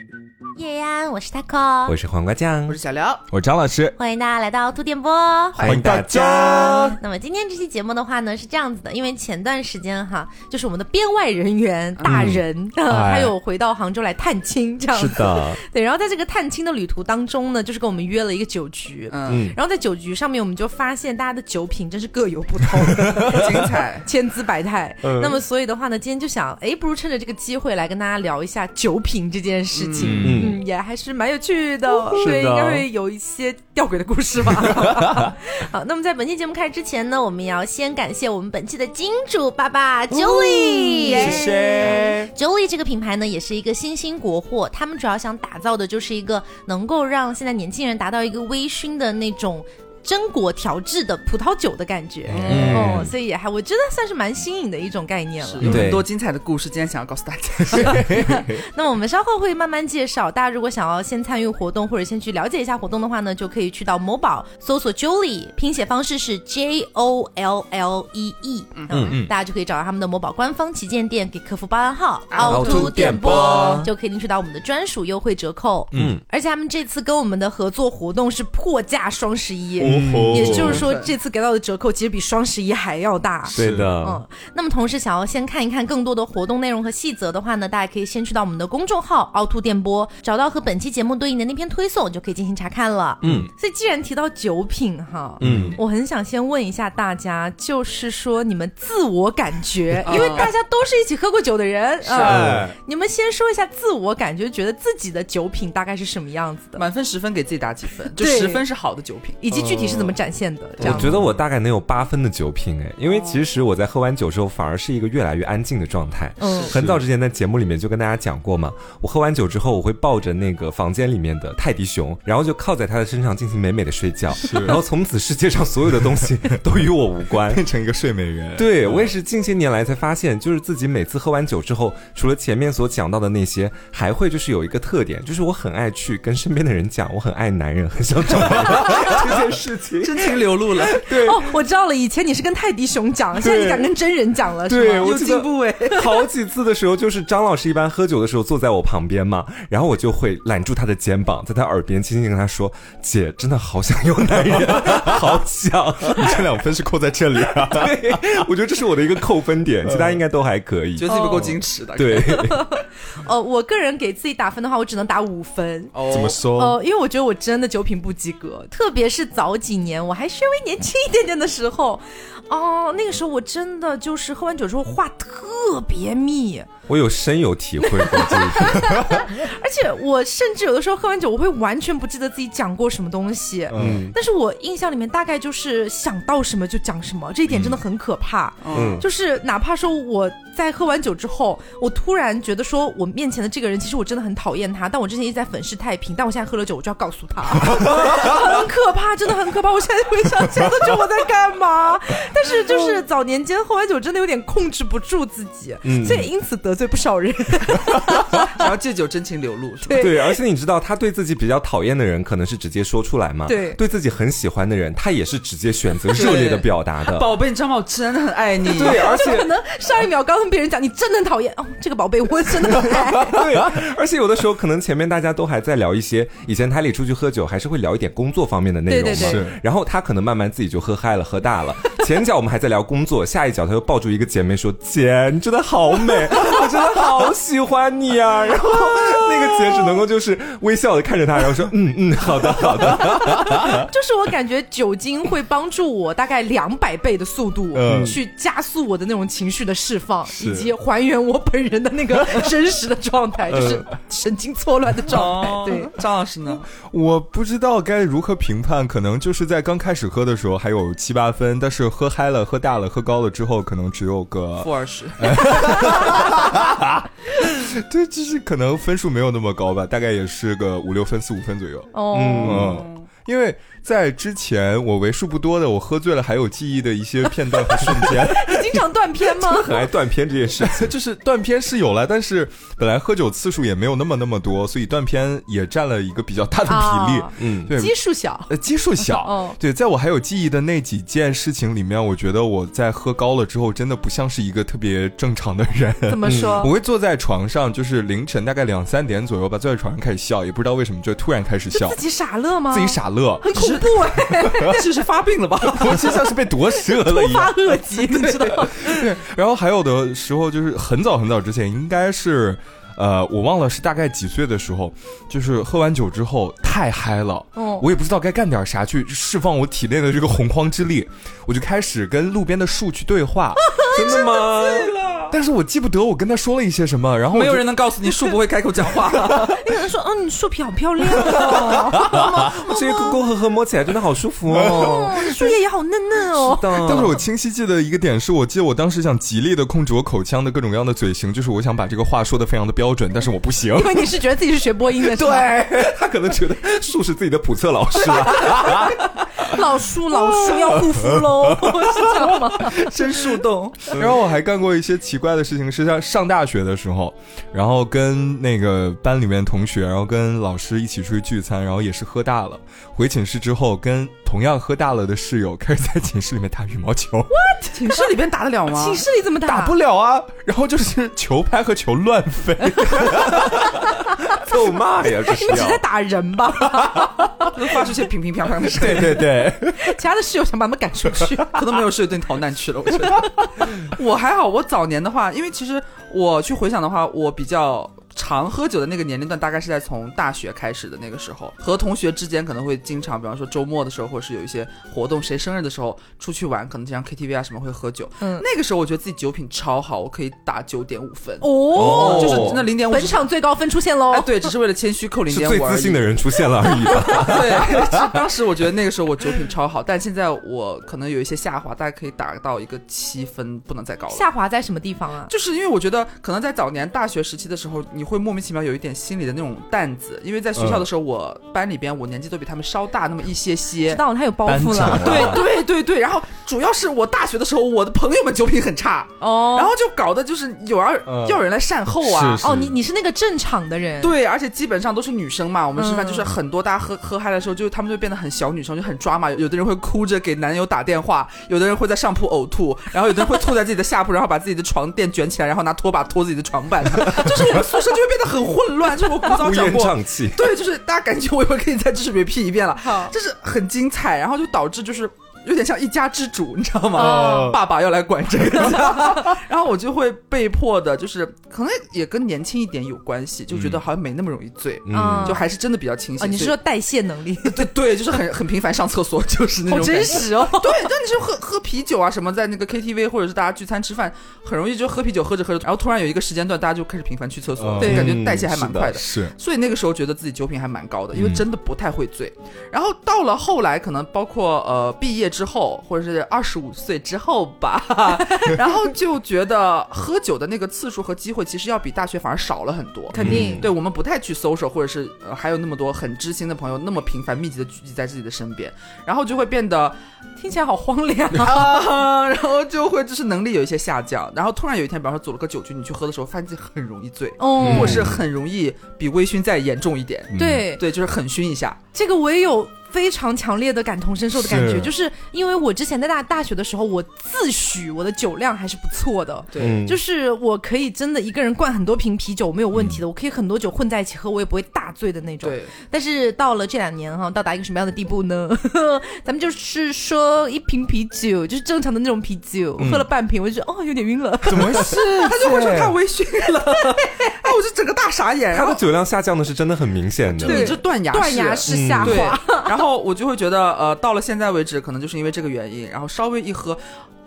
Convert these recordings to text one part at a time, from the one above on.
叶安，我是 Taco， 我是黄瓜酱， 我是小刘， 我是张老师， 欢迎大家来到凸电波， 欢迎大家。 那么今天这期节目的话呢是这样子的，因为前段时间哈，就是我们的编外人员大人，还有回到杭州来探亲这样子。 是的， 对，然后在这个探亲的旅途当中呢，就是跟我们约了一个酒局，然后在酒局上面我们就发现大家的酒品真是各有不同， 精彩， 千姿百态。那么所以的话呢，今天就想，不如趁着这个机会来跟大家聊一下酒品这件事情，也还是蛮有趣的，对，应该会有一些吊诡的故事吧。好，那么在本期节目开始之前呢，我们也要先感谢我们本期的金主爸爸 Jolie， 谢谢。 Jolie 这个品牌呢，也是一个新兴国货，他们主要想打造的就是一个能够让现在年轻人达到一个微醺的那种榛果调制的葡萄酒的感觉，所以我觉得算是蛮新颖的一种概念了。 有很多精彩的故事，今天想要告诉大家。 那么我们稍后会慢慢介绍，大家如果想要先参与活动或者先去了解一下活动的话呢，就可以去到某宝搜索 Jolie， 拼写方式是 JOLLEE， 大家就可以找到他们的某宝官方旗舰店，给客服报暗号凹凸电波，就可以领取到我们的专属优惠折扣。而且他们这次跟我们的合作活动是破价双11。也就是说这次给到的折扣其实比双11还要大。 对的。 那么同时想要先看一看更多的活动内容和细则的话呢，大家可以先去到我们的公众号凹凸电波，找到和本期节目对应的那篇推送，就可以进行查看了。所以既然提到酒品哈，我很想先问一下大家，就是说你们自我感觉，因为大家都是一起喝过酒的人，你们先说一下自我感觉，觉得自己的酒品大概是什么样子的？ 满分10分给自己打几分？就10分是好的酒品， 以及具体是怎么展现的？ 我觉得我大概能有8分的酒品因为其实我在喝完酒之后反而是一个越来越安静的状态。很早之前在节目里面就跟大家讲过嘛，我喝完酒之后我会抱着那个房间里面的泰迪熊，然后就靠在他的身上进行美美的睡觉，然后从此世界上所有的东西都与我无关， 变成一个睡美人。 对，我也是近些年来才发现，就是自己每次喝完酒之后，除了前面所讲到的那些，还会就是有一个特点，就是我很爱去跟身边的人讲我很爱男人，很想找男人这件事情， 真情流露了。 对， 我知道了，以前你是跟泰迪熊讲，现在你敢跟真人讲了， 对， 是吗？ 有进步好几次的时候，就是张老师一般喝酒的时候坐在我旁边嘛，然后我就会揽住他的肩膀，在他耳边轻轻跟他说：“姐，真的好想有男人，好想。” 你这2分是扣在这里啊？ 对，我觉得这是我的一个扣分点，其他应该都还可以。 觉得自己不够矜持的。 对。 我个人给自己打分的话，我只能打5分。 怎么说？ 因为我觉得我真的酒品不及格，特别是早几年我还稍微年轻一点点的时候，那个时候我真的就是喝完酒之后话特别密。 我有深有体会过这一点。 而且我甚至有的时候喝完酒，我会完全不记得自己讲过什么东西。但是我印象里面大概就是想到什么就讲什么，这一点真的很可怕。就是哪怕说我在喝完酒之后，我突然觉得说我面前的这个人其实我真的很讨厌他，但我之前一直在粉饰太平，但我现在喝了酒我就要告诉他。很可怕，真的很可怕。我现在回想起来都觉得我在干嘛。但是就是早年间喝完酒真的有点控制不住自己，所以因此得罪不少人。 然后借酒真情流露。 对，而且你知道他对自己比较讨厌的人可能是直接说出来嘛，对自己很喜欢的人他也是直接选择热烈的表达的。 宝贝，你知道吗？我真的很爱你。 对，而且可能上一秒刚跟别人讲你真的很讨厌，这个宝贝我真的很爱。 对，而且有的时候可能前面大家都还在聊一些以前台里出去喝酒还是会聊一点工作方面的内容嘛， 对， 然后他可能慢慢自己就喝嗨了，喝大了。前脚我们还在聊工作，下一脚他又抱住一个姐妹说：“姐，你真的好美，我真的好喜欢你啊！”然后那个姐只能够就是微笑的看着他，然后说：“好的好的。” 就是我感觉酒精会帮助我大概200倍的速度去加速我的那种情绪的释放，以及还原我本人的那个真实的状态，就是神经错乱的状态。对， 张老师呢？ 我不知道该如何评判，可能就是在刚开始喝的时候还有7、8分，但是喝嗨了、喝大了、喝高了之后，可能只有个负20。 对，就是可能分数没有那么高吧，大概也是个5、6分、4、5分左右。 因为在之前我为数不多的我喝醉了还有记忆的一些片段和瞬间。 你经常断片吗？ 很爱断片这件事情。 就是断片是有了，但是本来喝酒次数也没有那么多，所以断片也占了一个比较大的比例。对， 基数小， 基数小。对，在我还有记忆的那几件事情里面，我觉得我在喝高了之后，真的不像是一个特别正常的人。 怎么说？ 我会坐在床上，就是凌晨大概2、3点左右吧，坐在床上开始笑，也不知道为什么就突然开始笑。 自己傻乐吗？ 自己傻乐， 很恐怖这是发病了吧？ 我就像是被夺舍了一样， 突发恶疾，你知道？ 对。然后还有的时候就是很早之前，应该是。我忘了是大概几岁的时候，就是喝完酒之后太嗨了，我也不知道该干点啥去释放我体内的这个洪荒之力，我就开始跟路边的树去对话。 真的吗？ 但是我记不得我跟他说了一些什么，然后没有人能告诉你树不会开口讲话。 你可能说，你树皮好漂亮哦， 这个沟沟壑壑摸起来真的好舒服哦， 树叶也好嫩嫩哦。 但是我清晰记得一个点是，我记得我当时想极力的控制我口腔的各种各样的嘴型，就是我想把这个话说的非常的标准，但是我不行。 因为你是觉得自己是学播音的， 对，他可能觉得树是自己的普测老师吧。 老树要护肤喽，是这样吗？ 真树洞。 然后我还干过一些奇怪的事情，是在上大学的时候，然后跟那个班里面同学，然后跟老师一起出去聚餐，然后也是喝大了，回寝室之后跟同样喝大了的室友开始在寝室里面打羽毛球。 What？ 寝室里边打得了吗？ 寝室里怎么打不了啊，然后就是球拍和球乱飞。 咒骂呀，这是你们只在打人吧？ 都发出些乒乒乓乓的声音。 对， 其他的室友想把他们赶出去， 可能没有室友对你逃难去了。我觉得我还好，我早年的话，因为其实我去回想的话，我比较常喝酒的那个年龄段大概是在从大学开始的那个时候，和同学之间可能会经常，比方说周末的时候，或者是有一些活动，谁生日的时候出去玩，可能像 KTV 啊什么会喝酒。那个时候我觉得自己酒品超好，我可以打9.5分哦， 就是那0.5， 本场最高分出现喽。 对，只是为了谦虚扣0.5， 是最自信的人出现了而已吧。 对，当时我觉得那个时候我酒品超好，但现在我可能有一些下滑，大概可以打到一个7分，不能再高了。 下滑在什么地方啊？ 就是因为我觉得可能在早年大学时期的时候，你会莫名其妙有一点心里的那种担子，因为在学校的时候，我班里边我年纪都比他们稍大那么一些些， 知道他有包袱了。 对，然后主要是我大学的时候，我的朋友们酒品很差哦，然后就搞得就是要有人来善后啊。 哦，你是那个正常的人。 对，而且基本上都是女生嘛，我们吃饭就是很多大家喝嗨的时候，就他们就变得很小女生，就很抓马。有的人会哭着给男友打电话，有的人会在上铺呕吐，然后有的人会吐在自己的下铺，然后把自己的床垫卷起来，然后拿拖把拖自己的床板，就是我们宿舍就会变得很混乱。就是我古早讲过，对，就是大家感觉我一会儿可以再继续 repeat 一遍了，就是很精彩，然后就导致就是有点像一家之主，你知道吗？爸爸要来管这个，然后我就会被迫的，就是可能也跟年轻一点有关系，就觉得好像没那么容易醉，就还是真的比较清醒。 你是说代谢能力？ 对，就是很频繁上厕所，就是那种。好真实哦。 对，但你就喝啤酒啊什么，在那个 KTV 或者是大家聚餐吃饭，很容易就喝啤酒喝着，然后突然有一个时间段，大家就开始频繁去厕所，对，感觉代谢还蛮快的。 是， 所以那个时候觉得自己酒品还蛮高的，因为真的不太会醉。然后到了后来，可能包括毕业之后，或者是25岁之后吧，然后就觉得喝酒的那个次数和机会其实要比大学反而少了很多。 肯定， 对，我们不太去 social， 或者是还有那么多很知心的朋友那么频繁密集的聚集在自己的身边，然后就会变得听起来好荒凉然后就会就是能力有一些下降，然后突然有一天比方说组了个酒局，你去喝的时候发现自己很容易醉，或是很容易比微醺再严重一点。 对， 就是很醺一下。 这个我也有非常强烈的感同身受的感觉，就是因为我之前在大学的时候，我自诩我的酒量还是不错的， 对， 就是我可以真的一个人灌很多瓶啤酒没有问题的，我可以很多酒混在一起喝，我也不会大醉的那种。 对， 但是到了这2年哈，到达一个什么样的地步呢？咱们就是说一瓶啤酒，就是正常的那种啤酒，喝了半瓶我就觉得有点晕了， 怎么回事？ 他就会说他微醺了，我就整个大傻眼。 他的酒量下降的是真的很明显的， 对，就断崖式下滑。 然后我就会觉得到了现在为止，可能就是因为这个原因，然后稍微一喝，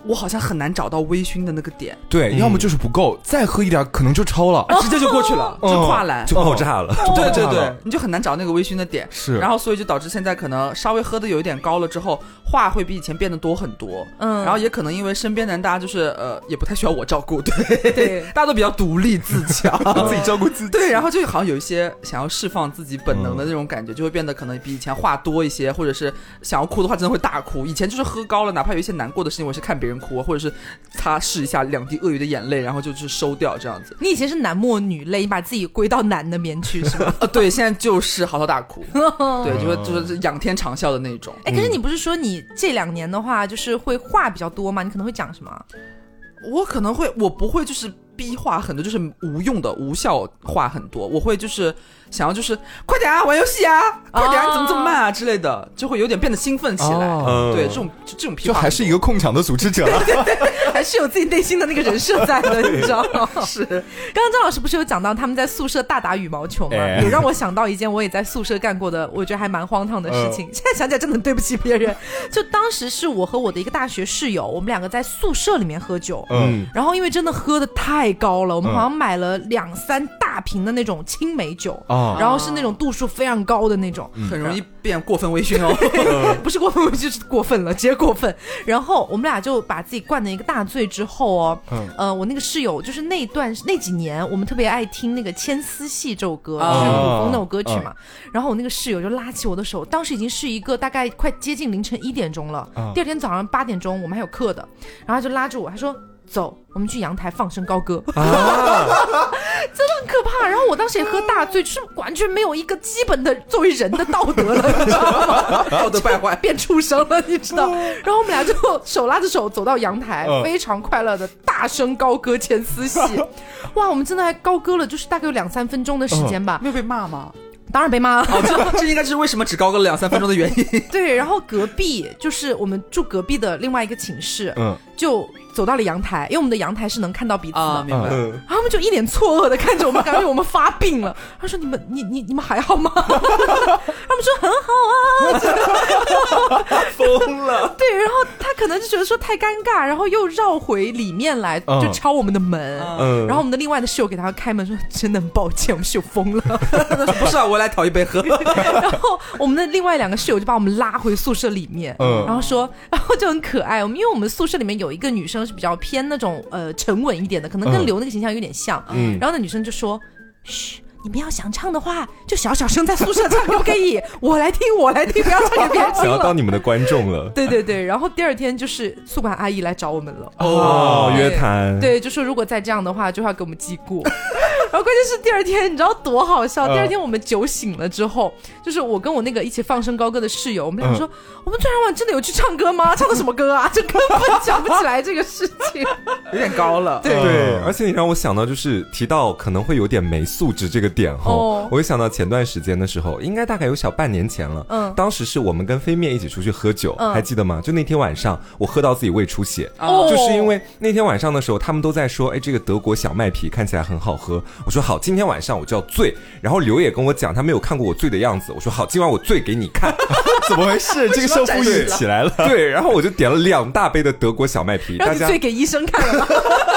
我好像很难找到微醺的那个点。 对，要么就是不够，再喝一点可能就超了， 直接就过去了，就跨栏， 就爆炸了。 对对对，你就很难找那个微醺的点。 是， 然后所以就导致现在可能稍微喝的有一点高了之后，话会比以前变得多很多。然后也可能因为身边的人大家就是也不太需要我照顾，对，大家都比较独立自强， 自己照顾自己。 对，然后就好像有一些想要释放自己本能的那种感觉，就会变得可能比以前话多一些，或者是想要哭的话真的会大哭。以前就是喝高了，哪怕有一些难过的事情，我是看别人哭，或者是擦拭一下2滴鳄鱼的眼泪，然后就是收掉这样子。 你以前是男默女泪，你把自己归到男那边去是吧？ 对，现在就是嚎啕大哭，对，就是仰天长啸的那种。 可是你不是说你这2年的话，就是会话比较多吗？你可能会讲什么？ 我不会就是逼话很多，就是无用的无效话很多，我会就是想要就是快点啊，玩游戏啊，快点啊，你怎么这么慢啊之类的，就会有点变得兴奋起来。对，这种批就还是一个控场的组织者了， 对，还是有自己内心的那个人设在的，你知道吗？是。刚刚张老师不是有讲到他们在宿舍大打羽毛球吗？有让我想到一件我也在宿舍干过的，我觉得还蛮荒唐的事情。现在想起来真的很对不起别人。就当时是我和我的一个大学室友，我们2个在宿舍里面喝酒，然后因为真的喝的太高了，我们好像买了2-3大瓶的那种青梅酒。然后是那种度数非常高的那种， 很容易变过分微醺哦。 不是过分微醺，就是过分了，直接过分。然后我们俩就把自己灌了一个大醉之后我那个室友就是那几年我们特别爱听那个《牵丝戏》这首歌，就是古风那首歌曲嘛。然后我那个室友就拉起我的手，当时已经是一个大概快接近凌晨1点钟了，第二天早上8点钟我们还有课的，然后他就拉着我，他说走，我们去阳台放声高歌。真的很可怕。然后我当时也喝大醉，就是完全没有一个基本的作为人的道德了，你知道吗？ 道德败坏， 变畜生了，你知道。然后我们俩就手拉着手走到阳台，非常快乐的大声高歌《牵丝戏》。哇，我们真的还高歌了，就是大概有2-3分钟的时间吧。 没有被骂吗？ 当然被骂了。 这应该是为什么只高歌了2-3分钟的原因。 对，然后隔壁就是我们住隔壁的另外一个寝室，就走到了阳台，因为我们的阳台是能看到彼此的。 明白。 然后他们就一脸错愕的看着我们，感觉我们发病了。他说：“你们还好吗？”他们说：“很好啊。” 疯了。 对，然后他可能就觉得说太尴尬，然后又绕回里面来，就敲我们的门。然后我们的另外的室友给他开门说：“真的很抱歉，我们室友疯了。” 不是啊，我来讨一杯喝。 然后我们的另外2个室友就把我们拉回宿舍里面，然后就很可爱。因为我们宿舍里面有一个女生是比较偏那种沉稳一点的，可能跟刘那个形象有点像。然后那女生就说：“嘘，你们要想唱的话，就小小声在宿舍唱，可不可以？我来听，不要唱给别人听了。” 想要当你们的观众了。 对对对，然后第2天就是宿管阿姨来找我们了。 约谈。 对，就说如果再这样的话，就要给我们记过。然后关键是第2天，你知道多好笑？第2天我们酒醒了之后，就是我跟我那个一起放声高歌的室友，我们俩说，我们昨天晚上真的有去唱歌吗？唱的什么歌啊？就根本想不起来这个事情， 有点高了。 对，而且你让我想到就是提到可能会有点没素质这个点我会想到前段时间的时候，应该大概有小半年前了。当时是我们跟飞面一起出去喝酒，还记得吗？就那天晚上我喝到自己胃出血，就是因为那天晚上的时候他们都在说，哎，这个德国小麦啤看起来很好喝。我说好，今天晚上我就要醉。然后刘也跟我讲，他没有看过我醉的样子。我说好，今晚我醉给你看。 怎么回事？这个胜负欲起来了。 对，然后我就点了2大杯的德国小麦啤， 然后你醉给医生看了吗？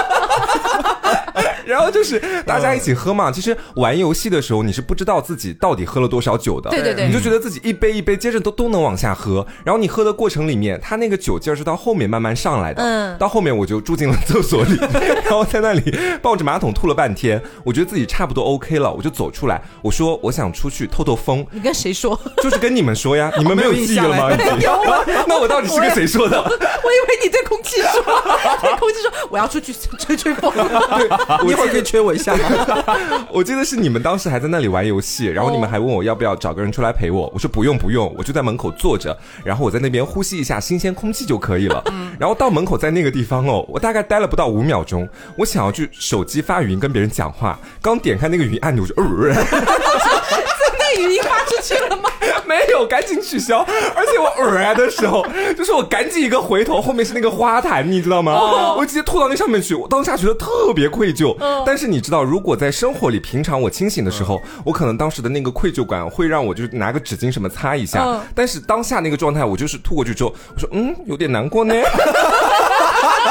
然后就是大家一起喝嘛。其实玩游戏的时候，你是不知道自己到底喝了多少酒的。 对对对， 你就觉得自己一杯一杯接着都能往下喝。然后你喝的过程里面，它那个酒劲儿是到后面慢慢上来的。到后面我就住进了厕所里，然后在那里抱着马桶吐了半天。我觉得自己差不多 OK 了，我就走出来，我说我想出去透透风。 你跟谁说？ 就是跟你们说呀。你们没有记忆了吗？ 有啊。 那我到底是跟谁说的？ 我以为你对空气说，对空气说我要出去吹风。 对，你一会儿可以吹我一下吗？ 我记得是你们当时还在那里玩游戏，然后你们还问我要不要找个人出来陪我。我说不用，我就在门口坐着，然后我在那边呼吸一下新鲜空气就可以了。然后到门口在那个地方我大概待了不到5秒钟，我想要去手机发语音跟别人讲话，刚点开那个语音按钮就那语音发出去了吗？ 没有，赶紧取消。而且我的时候，就是我赶紧一个回头，后面是那个花坛，你知道吗？我直接吐到那上面去。我当下觉得特别愧疚。但是你知道，如果在生活里平常我清醒的时候，我可能当时的那个愧疚感会让我就是拿个纸巾什么擦一下。但是当下那个状态，我就是吐过去之后，我说有点难过呢。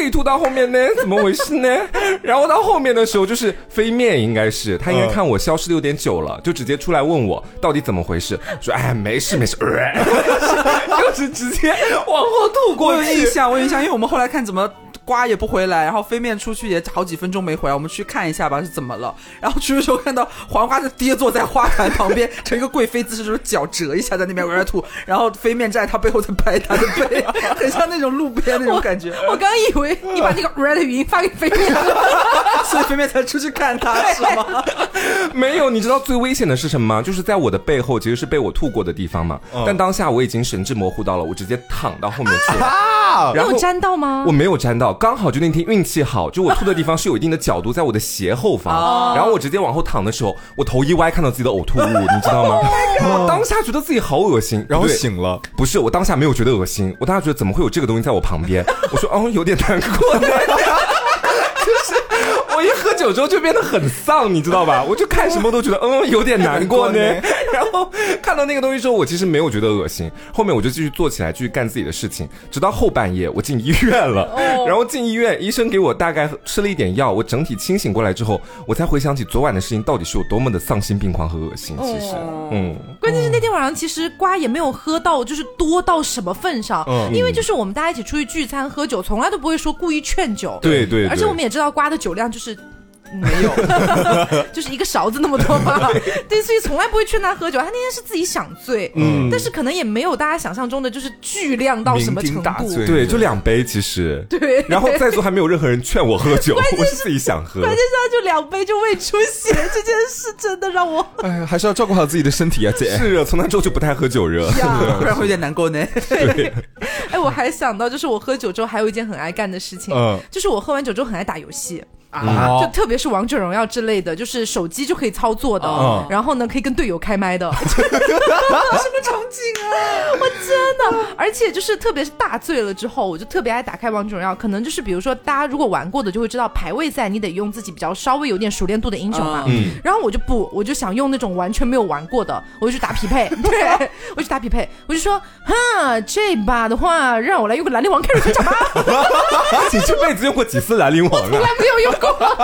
以吐到后面呢？怎么回事呢？然后到后面的时候，就是飞面应该是他应该看我消失的有点久了，就直接出来问我到底怎么回事，说哎没事，就是直接往后吐过去。 我有印象，因为我们后来看怎么瓜也不回来，然后飞面出去也好几分钟没回来，我们去看一下吧是怎么了。然后去的时候看到黄瓜就跌坐在花坛旁边，成一个贵妃姿势，就是脚折一下在那边吐，然后飞面站在他背后在拍他的背，很像那种路边那种感觉。 我刚以为你把那个 red 的语音发给飞面所以飞面才出去看他是吗？ 没有，你知道最危险的是什么吗？就是在我的背后其实是被我吐过的地方嘛，但当下我已经神志模糊到了，我直接躺到后面去了。 你有沾到吗？ 我没有沾到，刚好就那天运气好，就我吐的地方是有一定的角度，在我的斜后方，然后我直接往后躺的时候，我头一歪看到自己的呕吐物，你知道吗？我当下觉得自己好恶心， 然后醒了。 不是，我当下没有觉得恶心，我当下觉得怎么会有这个东西在我旁边？我说有点难过。就是我一喝酒之后就变得很丧，你知道吧？我就看什么都觉得有点难过呢。然后看到那个东西之后，我其实没有觉得恶心，后面我就继续坐起来继续干自己的事情，直到后半夜我进医院了。然后进医院，医生给我大概吃了一点药，我整体清醒过来之后，我才回想起昨晚的事情到底是有多么的丧心病狂和恶心。其实关键是那天晚上其实瓜也没有喝到就是多到什么份上，因为就是我们大家一起出去聚餐喝酒，从来都不会说故意劝酒。 对， 而且我们也知道瓜的酒量就是没有就是一个勺子那么多嘛。对，所以从来不会劝他喝酒，他那天是自己想醉，但是可能也没有大家想象中的就是巨量到什么程度。 对，就2杯其实。 对， 然后在座还没有任何人劝我喝酒，我是自己想喝。 关键是他就2杯就胃出血，这件事真的让我哎呀，还是要照顾好自己的身体啊，姐。 是啊，从那之后就不太喝酒热， 不然会有点难过呢。 对，哎，我还想到就是我喝酒之后还有一件很爱干的事情，就是我喝完酒之后很爱打游戏。就特别是王者荣耀之类的，就是手机就可以操作的，然后呢可以跟队友开麦的。什么场景啊！ 我真的，而且就是特别是大醉了之后，我就特别爱打开王者荣耀。可能就是比如说大家如果玩过的就会知道，排位赛你得用自己比较稍微有点熟练度的英雄嘛。然后我就想用那种完全没有玩过的，我就去打匹配。对，我去打匹配，我就说，这把的话让我来用个兰陵王开始全场吧。 你这辈子用过几次兰陵王啊？ 我从来没有用过。我连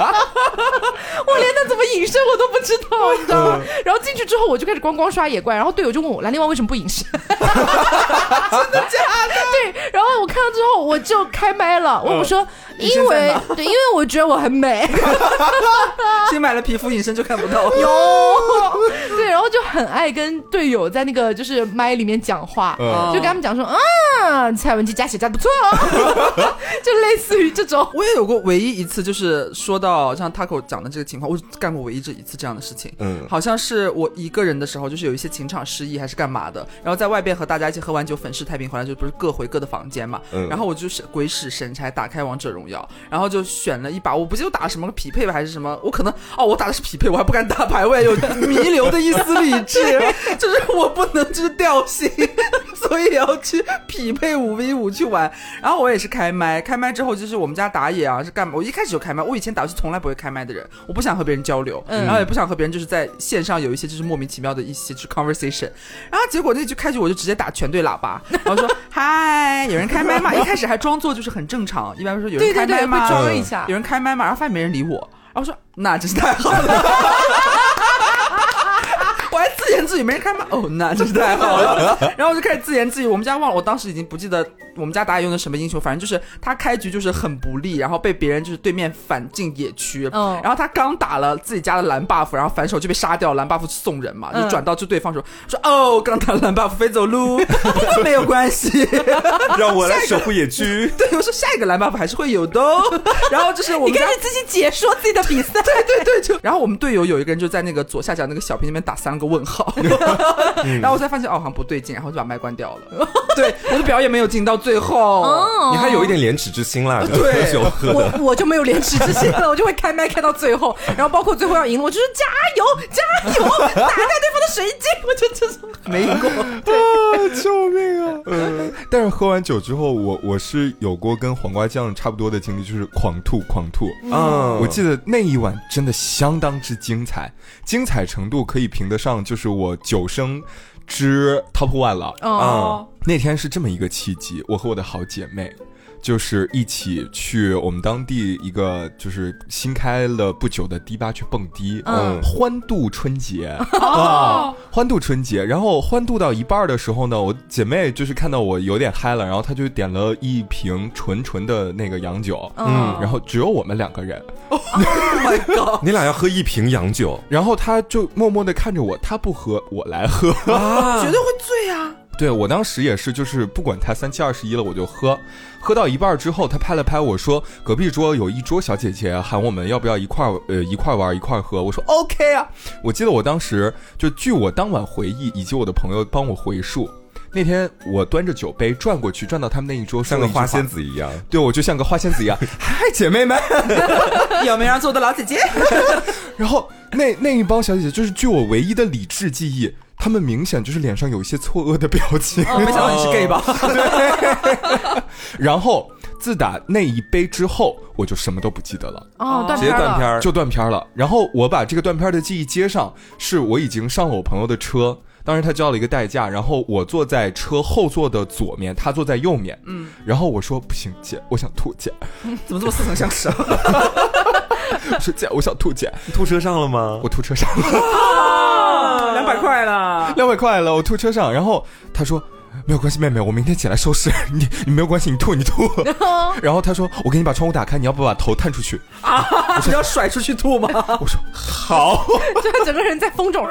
他怎么隐身我都不知道，你知道吗？然后进去之后我就开始光刷野怪，然后队友就问我兰陵王为什么不隐身。真的假的？对，然后我看到之后我就开麦了，我说因为我觉得我很美。 新买了皮肤隐身就看不到。 有对，然后就很爱跟队友在那个就是麦里面讲话，就跟他们讲说蔡文姬加血加不错哦。就类似于这种。 我也有过唯一一次，就是说到像 Taco 讲的这个情况，我干过唯一这一次这样的事情。好像是我一个人的时候，就是有一些情场失意还是干嘛的，然后在外边和大家一起喝完酒粉饰太平回来，就不是各回各的房间嘛。然后我就是鬼使神差打开王者荣耀，然后就选了一把，我不记得我打什么匹配吧还是什么，我可能我打的是匹配，我还不敢打排位，有弥留的一丝理智，就是我不能就是掉星，所以要去匹配5v5去玩。然后我也是开麦之后，就是我们家打野啊是干嘛？我一开始就开麦，我以前打游戏从来不会开麦的人，我不想和别人交流，然后也不想和别人就是在线上有一些就是莫名其妙的一些就是 conversation。然后结果那局开局我就直接打全队喇叭，然后说嗨，有人开麦吗？一开始还装作就是很正常，一般说有人开麦吗？ 会装一下， 有人开麦吗？然后发现没人理我，然后说那真是太好了。我还自言自语没人开麦，那真是太好了。然后我就开始自言自语，我们家忘了，我当时已经不记得我们家打野用的什么英雄，反正就是他开局就是很不利，然后被别人就是对面反进野区，然后他刚打了自己家的蓝 buff， 然后反手就被杀掉，蓝 buff 送人嘛，就转到就对方说刚打了蓝 buff 飞走路，不过没有关系， 让我来守护野区。 对，我说下一个蓝 buff 还是会有的。然后就是我们你开始自己解说自己的比赛。 对，就然后我们队友有一个人就在那个左下角那个小屏那边打3个问号，然后我才发现好像不对劲，然后就把麦关掉了。对，我的表演没有进到最后， 你还有一点廉耻之心啦。 对， 我就没有廉耻之心了，我就会开麦开到最后，然后包括最后要赢，我就是加油，打开对方的水晶，我就这种没赢过。 救命啊！但是喝完酒之后，我是有过跟黄瓜酱差不多的经历，就是狂吐。我记得那一晚真的相当之精彩程度可以评得上就是我9升之 top 1了。那天是这么一个契机，我和我的好姐妹就是一起去我们当地一个就是新开了不久的迪吧去蹦迪，欢度春节啊，欢度春节。然后欢度到一半的时候呢，我姐妹就是看到我有点嗨了，然后她就点了一瓶纯的那个洋酒，然后只有我们2个人。 Oh my god！ 你俩要喝1瓶洋酒， 然后她就默默地看着我，她不喝，我来喝， 绝对会醉啊！ 对，我当时也是，就是不管他37、21了，我就喝到一半之后，他拍了拍我说，隔壁桌有一桌小姐姐喊我们要不要一块玩一块喝，我说 OK 啊。我记得我当时就据我当晚回忆以及我的朋友帮我回述，那天我端着酒杯转过去，转到他们那一桌， 像个花仙子一样。 对，我就像个花仙子一样。嗨，姐妹们， 有没有让做的老姐姐？ 然后那一帮小姐姐，就是据我唯一的理智记忆，他们明显就是脸上有一些错愕的表情。 没想到你是 gay 吧？ 对。然后自打那一杯之后，我就什么都不记得了。 直接断片， 就断片了。然后我把这个断片的记忆接上，是我已经上了我朋友的车。当时他交了一个代驾，然后我坐在车后座的左面，他坐在右面。然后我说不行，姐，我想吐，姐。 怎么这么似曾相识啊？ 我说姐，我想吐，姐。 你吐车上了吗？ 我吐车上了。 200块了 ，200块了，我吐车上。然后他说没有关系，妹妹，我明天起来收拾你没有关系，你吐。然后他说我给你把窗户打开，你要不把头探出去啊？你要甩出去吐吗？ 我说好。 就整个人在风中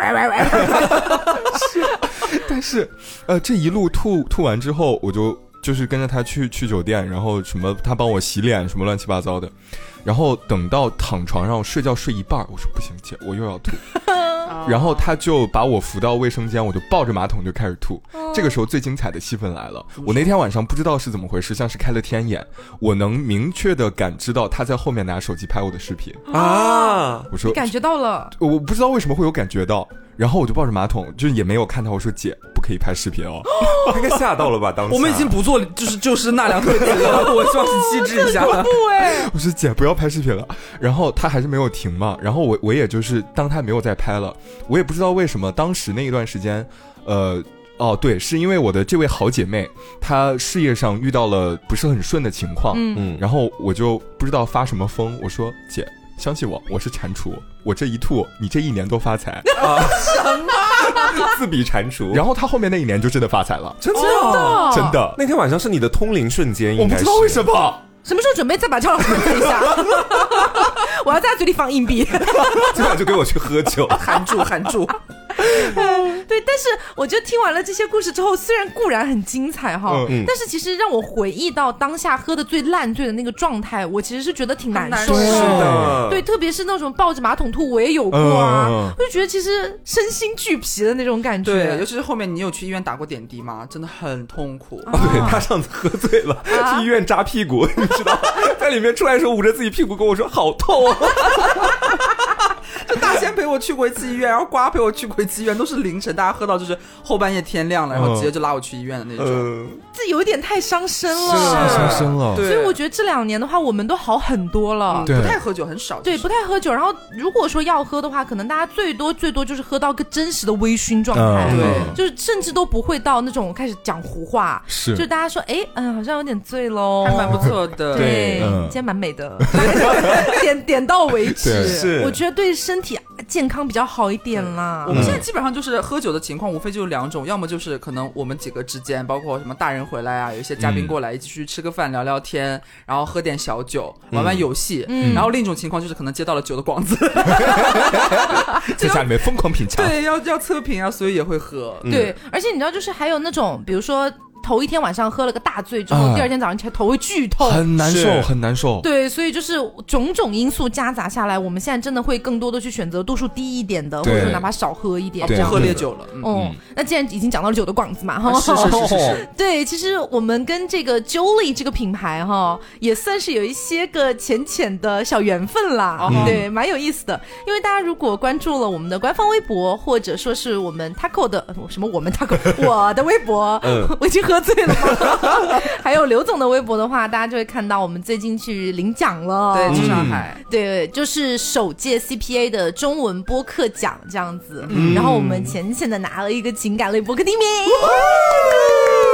但是这一路吐完之后，我就是跟着他去酒店，然后什么他帮我洗脸什么乱七八糟的，然后等到躺床上睡觉睡一半，我说不行姐，我又要吐。然后他就把我扶到卫生间，我就抱着马桶就开始吐。这个时候最精彩的戏份来了，我那天晚上不知道是怎么回事，像是开了天眼，我能明确的感知到他在后面拿手机拍我的视频啊！我说你感觉到了， 我不知道为什么会有感觉到。然后我就抱着马桶，就也没有看他，我说姐不可以拍视频哦。 他应该吓到了吧？当时我们已经不做就是纳凉特辑了，我希望是机智一下。 我说姐不要拍视频了，然后他还是没有停嘛。然后我也就是当他没有再拍了，我也不知道为什么当时那一段时间，对，是因为我的这位好姐妹她事业上遇到了不是很顺的情况，然后我就不知道发什么疯，我说姐。相信我，我是蟾蜍，我这一吐，你这1年都发财啊！ 什么？ 自比蟾蜍。 然后他后面那1年就真的发财了， 真的， 真的。 那天晚上是你的通灵瞬间， 我不知道为什么。 什么时候准备再把张老师喝一下？我要在他嘴里放硬币。 今晚就给我去喝酒， 含住。 对，但是我觉得听完了这些故事之后，虽然固然很精彩哈，但是其实让我回忆到当下喝的最烂醉的那个状态，我其实是觉得挺难受的。对，特别是那种抱着马桶吐，我也有过啊，我就觉得其实身心俱疲的那种感觉。 对，尤其是后面你有去医院打过点滴吗？真的很痛苦。 对，他上次喝醉了，去医院扎屁股，你知道，在里面出来的时候捂着自己屁股跟我说好痛啊。 就大仙陪我去过一次医院，然后瓜陪我去过一次医院，都是凌晨，大家喝到就是后半夜天亮了，然后直接就拉我去医院的那种。 这有一点太伤身了， 太伤身了。 所以我觉得这2年的话，我们都好很多了。 不太喝酒，很少。 对，不太喝酒。然后如果说要喝的话，可能大家最多就是喝到个真实的微醺状态，对，就是甚至都不会到那种开始讲胡话， 是， 就大家说，好像有点醉喽， 还蛮不错的， 对，今天蛮美的，点到为止。是，我觉得对身体健康比较好一点啦。 我们现在基本上就是喝酒的情况，无非就是2种，要么就是可能我们几个之间，包括什么大人回来啊，有一些嘉宾过来一起去吃个饭聊聊天，然后喝点小酒，玩玩游戏。然后另一种情况就是可能接到了酒的广子， 在家里面疯狂品尝。 对，要测评啊，所以也会喝。 对，而且你知道，就是还有那种，比如说。头一天晚上喝了个大醉之后，第2天早上起来头会剧痛， 很难受，很难受。 对，所以就是种种因素夹杂下来，我们现在真的会更多的去选择度数低一点的，或者说哪怕少喝一点， 不喝烈酒了。 那既然已经讲到了酒的广子嘛，哈， 是。 对，其实我们跟这个 Jolie 这个品牌哈，也算是有一些个浅浅的小缘分啦。对，蛮有意思的。因为大家如果关注了我们的官方微博，或者说是我们 Taco 的我的微博，我已经喝醉了吗？还有刘总的微博的话，大家就会看到我们最近去领奖了。 对，去上海。 对，就是首届 CPA 的中文播客奖这样子。然后我们浅浅的拿了一个情感类播客提名。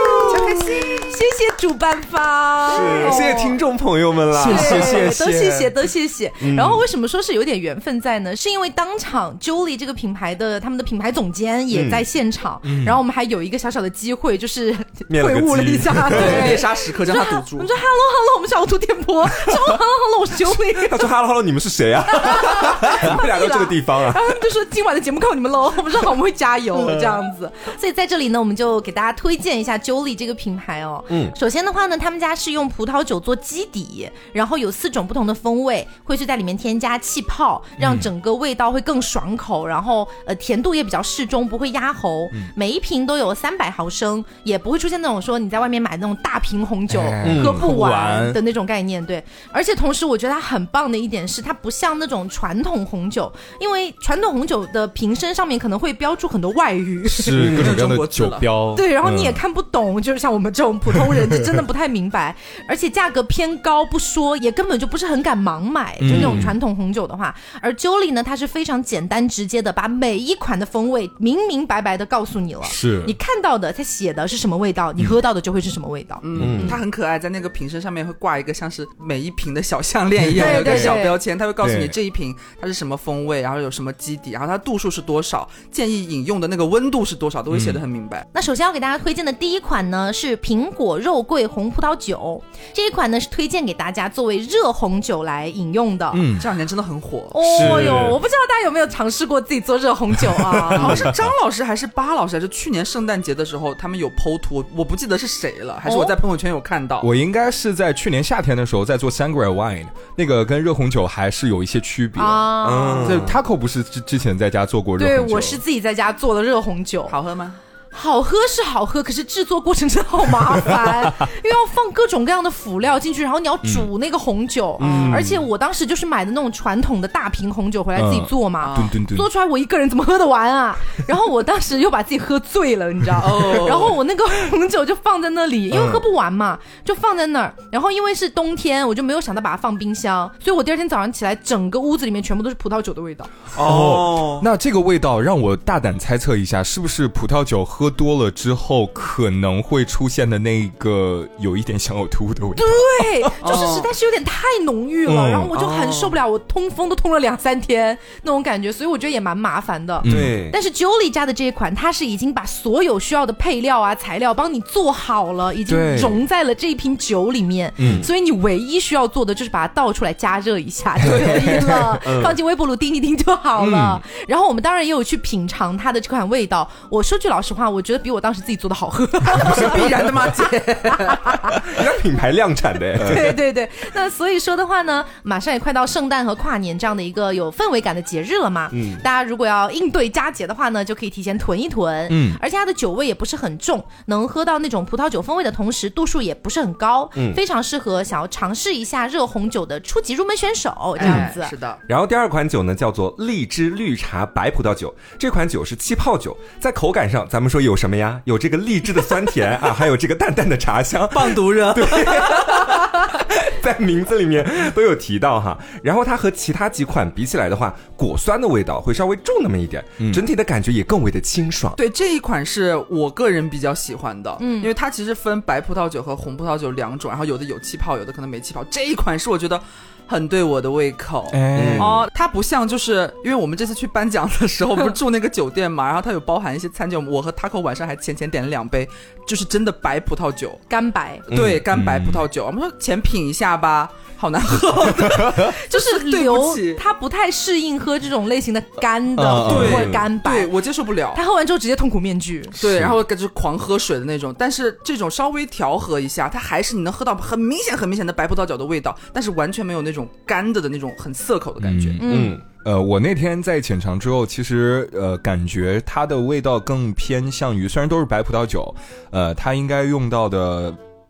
开心！谢谢主办方， 谢谢听众朋友们啦， 都谢谢。然后为什么说是有点缘分在呢？是因为当场 Jolie 这个品牌的他们的品牌总监也在现场，然后我们还有一个小小的机会，就是会晤了一下，对， 猎杀时刻让他堵住。 我们说 Hello， 我们小兔电波，说 Hello， 我是 Jolie。 他说 Hello， 你们是谁啊？怎么会来到这个地方啊？ 然后他们就说今晚的节目靠你们喽。我们说好，我们会加油这样子。所以在这里呢，我们就给大家推荐一下 Jolie 这个品牌哦。首先的话呢，他们家是用葡萄酒做基底，然后有4种不同的风味，会去在里面添加气泡，让整个味道会更爽口，然后甜度也比较适中，不会压喉。每一瓶都有300毫升，也不会出现那种说你在外面买那种大瓶红酒喝不完的那种概念。对，而且同时我觉得它很棒的一点是，它不像那种传统红酒，因为传统红酒的瓶身上面可能会标注很多外语， 是各种各样的酒标， 对，然后你也看不懂，就是像我们这种普通人就真的不太明白，而且价格偏高不说，也根本就不是很敢盲买，就那种传统红酒的话。而 Jolie 呢，它是非常简单直接的，把每一款的风味明明白白的告诉你了， 是你看到的它写的是什么味道，你喝到的就会是什么味道。 它很可爱，在那个瓶身上面会挂一个像是每一瓶的小项链一样有一个小标签，它会告诉你这一瓶它是什么风味，然后有什么基底，然后它度数是多少，建议饮用的那个温度是多少，都会写得很明白。 那首先要给大家推荐的第一款呢是苹果肉桂红葡萄酒，这一款呢是推荐给大家作为热红酒来饮用的。 这2年真的很火。 哦哟，我不知道大家有没有尝试过自己做热红酒啊？ 好像是张老师还是巴老师，还是去年圣诞节的时候他们有 PO 图，我不记得是谁了，还是我在朋友圈有看到。 我应该是在去年夏天的时候在做 Sangria Wine， 那个跟热红酒还是有一些区别。这 Taco 不是之前在家做过热红酒？ 对，我是自己在家做的热红酒。 好喝吗？ 好喝是好喝，可是制作过程真的好麻烦，因为要放各种各样的辅料进去，然后你要煮那个红酒，而且我当时就是买的那种传统的大瓶红酒回来自己做嘛，做出来我一个人怎么喝得完啊？然后我当时又把自己喝醉了，你知道，然后我那个红酒就放在那里，因为喝不完嘛，就放在那儿，然后因为是冬天，我就没有想到把它放冰箱，所以我第2天早上起来，整个屋子里面全部都是葡萄酒的味道。 那这个味道让我大胆猜测一下，是不是葡萄酒喝多了之后可能会出现的那个有一点想呕吐的味道？ 对，就是实在是有点太浓郁了，然后我就很受不了，我通风都通了2-3天那种感觉，所以我觉得也蛮麻烦的。 对， 但是 Jolie 家的这一款，它是已经把所有需要的配料啊、材料帮你做好了，已经融在了这一瓶酒里面，所以你唯一需要做的就是把它倒出来加热一下就可以了，放进微波炉叮一叮就好了。然后我们当然也有去品尝它的这款味道，我说句老实话，我觉得比我当时自己做的好喝。 是必然的吗，姐？ 人家品牌量产的。 对对对，那所以说的话呢，马上也快到圣诞和跨年这样的一个有氛围感的节日了嘛，大家如果要应对佳节的话呢，就可以提前囤一囤，而且它的酒味也不是很重，能喝到那种葡萄酒风味的同时度数也不是很高，非常适合想要尝试一下热红酒的初级入门选手这样子。 是的。 然后第2款酒呢叫做荔枝绿茶白葡萄酒，这款酒是气泡酒，在口感上咱们说有什么呀？有这个荔枝的酸甜啊，还有这个淡淡的茶香， 棒毒热。 对，在名字里面都有提到哈。然后它和其他几款比起来的话，果酸的味道会稍微重那么一点，整体的感觉也更为的清爽。 对，这一款是我个人比较喜欢的，因为它其实分白葡萄酒和红葡萄酒2种，然后有的有气泡，有的可能没气泡。这一款是我觉得很对我的胃口。它不像，就是因为我们这次去颁奖的时候不是住那个酒店嘛，然后它有包含一些餐酒，我和 Taco 晚上还浅点了2杯，就是真的白葡萄酒， 干白， 对，干白葡萄酒。我们说浅品一下吧，好难喝就是他不太适应喝这种类型的干的或者干白， 对，我接受不了。 他喝完之后直接痛苦面具， 对，然后就是狂喝水的那种。但是这种稍微调和一下，它还是你能喝到很明显的白葡萄酒的味道，但是完全没有那种干的那种很涩口的感觉。 我那天在浅尝之后，其实感觉它的味道更偏向于，虽然都是白葡萄酒，它应该用到的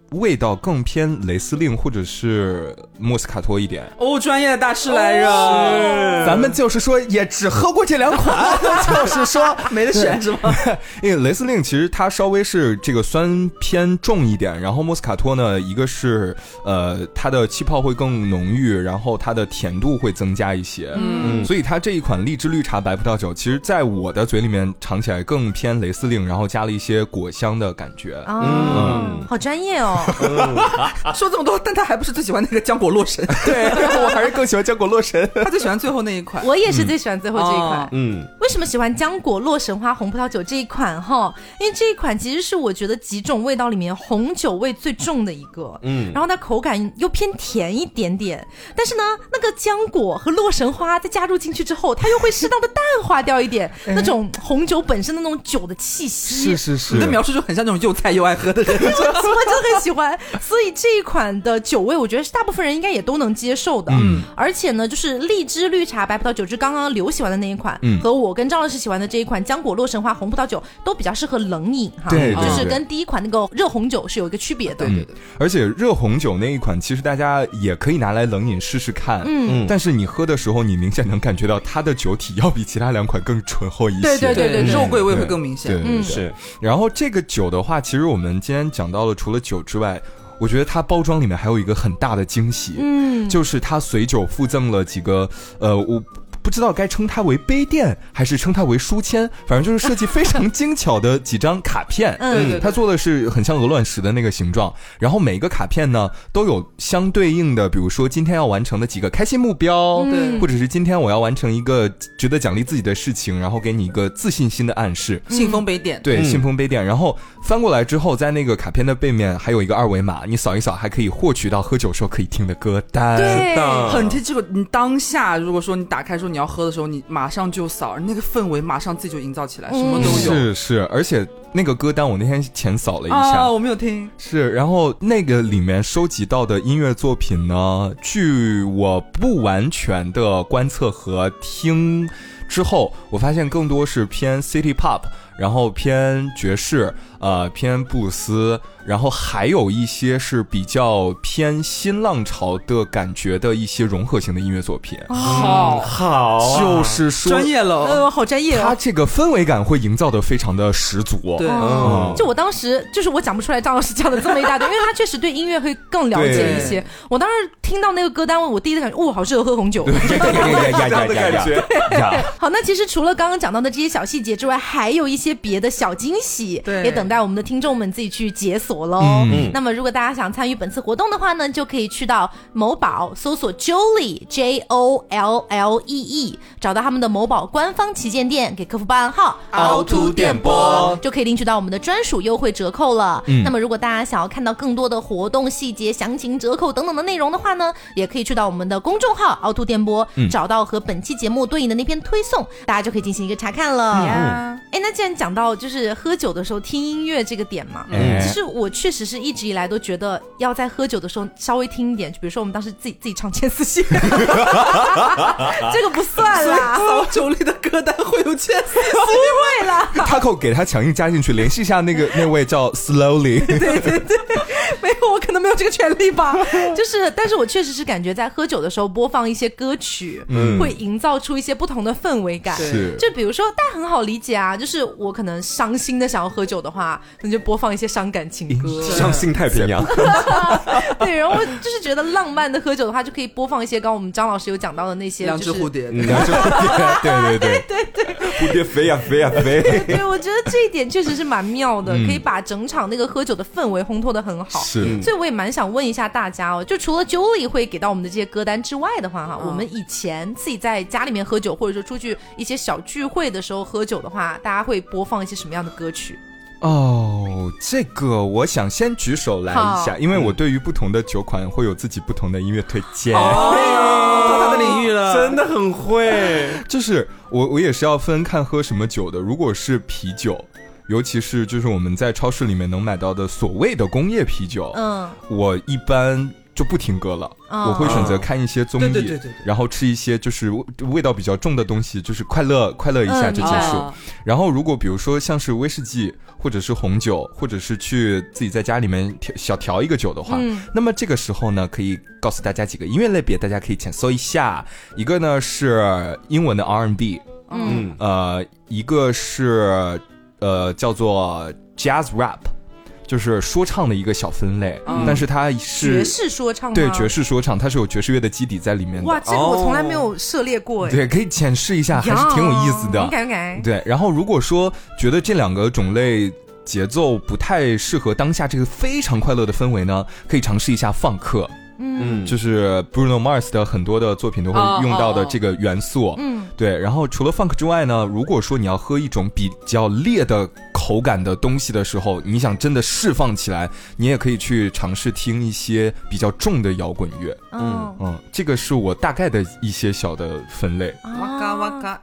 味道更偏雷司令或者是莫斯卡托一点。 专业的大师来着， 咱们就是说也只喝过这2款，就是说没得选是吗？ 因为雷司令其实它稍微是这个酸偏重一点，然后莫斯卡托呢，一个是它的气泡会更浓郁，然后它的甜度会增加一些，所以它这一款荔枝绿茶白葡萄酒，其实在我的嘴里面尝起来更偏雷司令，然后加了一些果香的感觉。 好专业哦。 说这么多，但他还不是最喜欢那个浆果洛神。 对，我还是更喜欢浆果洛神。 他最喜欢最后那一款。 我也是最喜欢最后这一款。为什么喜欢浆果洛神花红葡萄酒这一款哈？因为这一款其实是我觉得几种味道里面红酒味最重的一个。然后它口感又偏甜一点点，但是呢，那个浆果和洛神花再加入进去之后，它又会适当的淡化掉一点那种红酒本身的那种酒的气息。 是， 你的描述就很像那种又菜又爱喝的人。 我真的很喜欢，所以这一款的酒味，我觉得是大部分人应该也都能接受的。而且呢，就是荔枝绿茶白葡萄酒，就是刚刚刘喜欢的那一款，和我跟张老师喜欢的这一款浆果洛神花红葡萄酒，都比较适合冷饮哈。 对， 就是跟第一款那个热红酒是有一个区别的。 对。 而且热红酒那一款，其实大家也可以拿来冷饮试试看。但是你喝的时候，你明显能感觉到它的酒体要比其他2款更醇厚一些。 对，肉桂味会更明显。 对，是。然后这个酒的话，其实我们今天讲到了，除了酒之外，我觉得它包装里面还有一个很大的惊喜，就是它随酒附赠了几个我不知道该称它为杯垫还是称它为书签，反正就是设计非常精巧的几张卡片。它做的是很像鹅卵石的那个形状，然后每个卡片呢都有相对应的，比如说今天要完成的几个开心目标，或者是今天我要完成一个值得奖励自己的事情，然后给你一个自信心的暗示。 信封杯垫， 对，信封杯垫。然后翻过来之后，在那个卡片的背面还有一个2维码，你扫一扫还可以获取到喝酒时候可以听的歌单。 对，很这个你当下如果说你打开说你要喝的时候，你马上就扫，那个氛围马上自己就营造起来，什么都有。 是，而且那个歌单我那天前扫了一下， 我没有听。 是，然后那个里面收集到的音乐作品呢，据我不完全的观测和听之后，我发现更多是偏 City Pop， 然后偏爵士，偏布鲁斯，然后还有一些是比较偏新浪潮的感觉的一些融合型的音乐作品。 好， 就是说专业了， 好专业哦。 它这个氛围感会营造的非常的十足。 对， 就我当时就是我讲不出来张老师讲的这么一大堆，因为他确实对音乐会更了解一些。我当时听到那个歌单，我第一次感觉，好适合喝红酒。好，那其实除了刚刚讲到的这些小细节之外，还有一些别的小惊喜，也等待我们的听众们自己去解锁咯。那么如果大家想参与本次活动的话呢，就可以去到某宝搜索 Jollee JOLLEE， 找到他们的某宝官方旗舰店，给客服报暗号凹凸电波， 就可以领取到我们的专属优惠折扣了。那么如果大家想要看到更多的活动细节、详情、折扣等等的内容的话呢，也可以去到我们的公众号凹凸电波，找到和本期节目对应的那篇推送，大家就可以进行一个查看了。那既然讲到就是喝酒的时候听音乐这个点嘛，其实我确实是一直以来都觉得要在喝酒的时候稍微听一点，就比如说我们当时自己唱千丝戏这个不算啦， 扫酒里的歌单会有千丝戏， 不会啦。 他扣给他强硬加进去，联系一下那位叫 Slowly。 对，没有，我可能没有这个权利吧。就是，但是我确实是感觉在喝酒的时候播放一些歌曲，会营造出一些不同的氛围感。就比如说，大家很好理解啊，就是我可能伤心的想要喝酒的话，那就播放一些伤感情歌， 伤心太平洋。 对，然后就是觉得浪漫的喝酒的话，就可以播放一些刚刚我们张老师有讲到的那些， 两只蝴蝶， 两只蝴蝶， 对， 蝴蝶飞呀飞呀飞。 对，我觉得这一点确实是蛮妙的，可以把整场那个喝酒的氛围烘托得很好。 是， 所以我也蛮想问一下大家哦，就除了 Jollee 会给到我们的这些歌单之外的话哈，我们以前自己在家里面喝酒，或者说出去一些小聚会的时候喝酒的话，大家会播放一些什么样的歌曲？ 这个我想先举手来一下，因为我对于不同的酒款会有自己不同的音乐推荐。 到他的领域了， 真的很会。 就是我也是要分看喝什么酒的，如果是啤酒，尤其是就是我们在超市里面能买到的所谓的工业啤酒，我一般就不听歌了，我会选择看一些综艺，然后吃一些就是味道比较重的东西，就是快乐一下就结束。然后如果比如说像是威士忌或者是红酒，或者是去自己在家里面小调一个酒的话，那么这个时候呢，可以告诉大家几个音乐类别，大家可以浅搜一下。一个呢是英文的 R&B， 一个是叫做 Jazz Rap， 就是说唱的一个小分类，但是它是爵士说唱吗？ 对，爵士说唱，它是有爵士乐的基底在里面的。 哇，这个我从来没有涉猎过哎。 对，可以浅试一下，还是挺有意思的。 OK。 对，然后如果说觉得这两个种类节奏不太适合当下这个非常快乐的氛围呢，可以尝试一下放克。就是 Bruno Mars 的很多的作品都会用到的这个元素。对，然后除了 funk 之外呢，如果说你要喝一种比较烈的口感的东西的时候，你想真的释放起来，你也可以去尝試聽一些比較重的搖滾樂。這個是我大概的一些小的分類。 哇嘎哇嘎，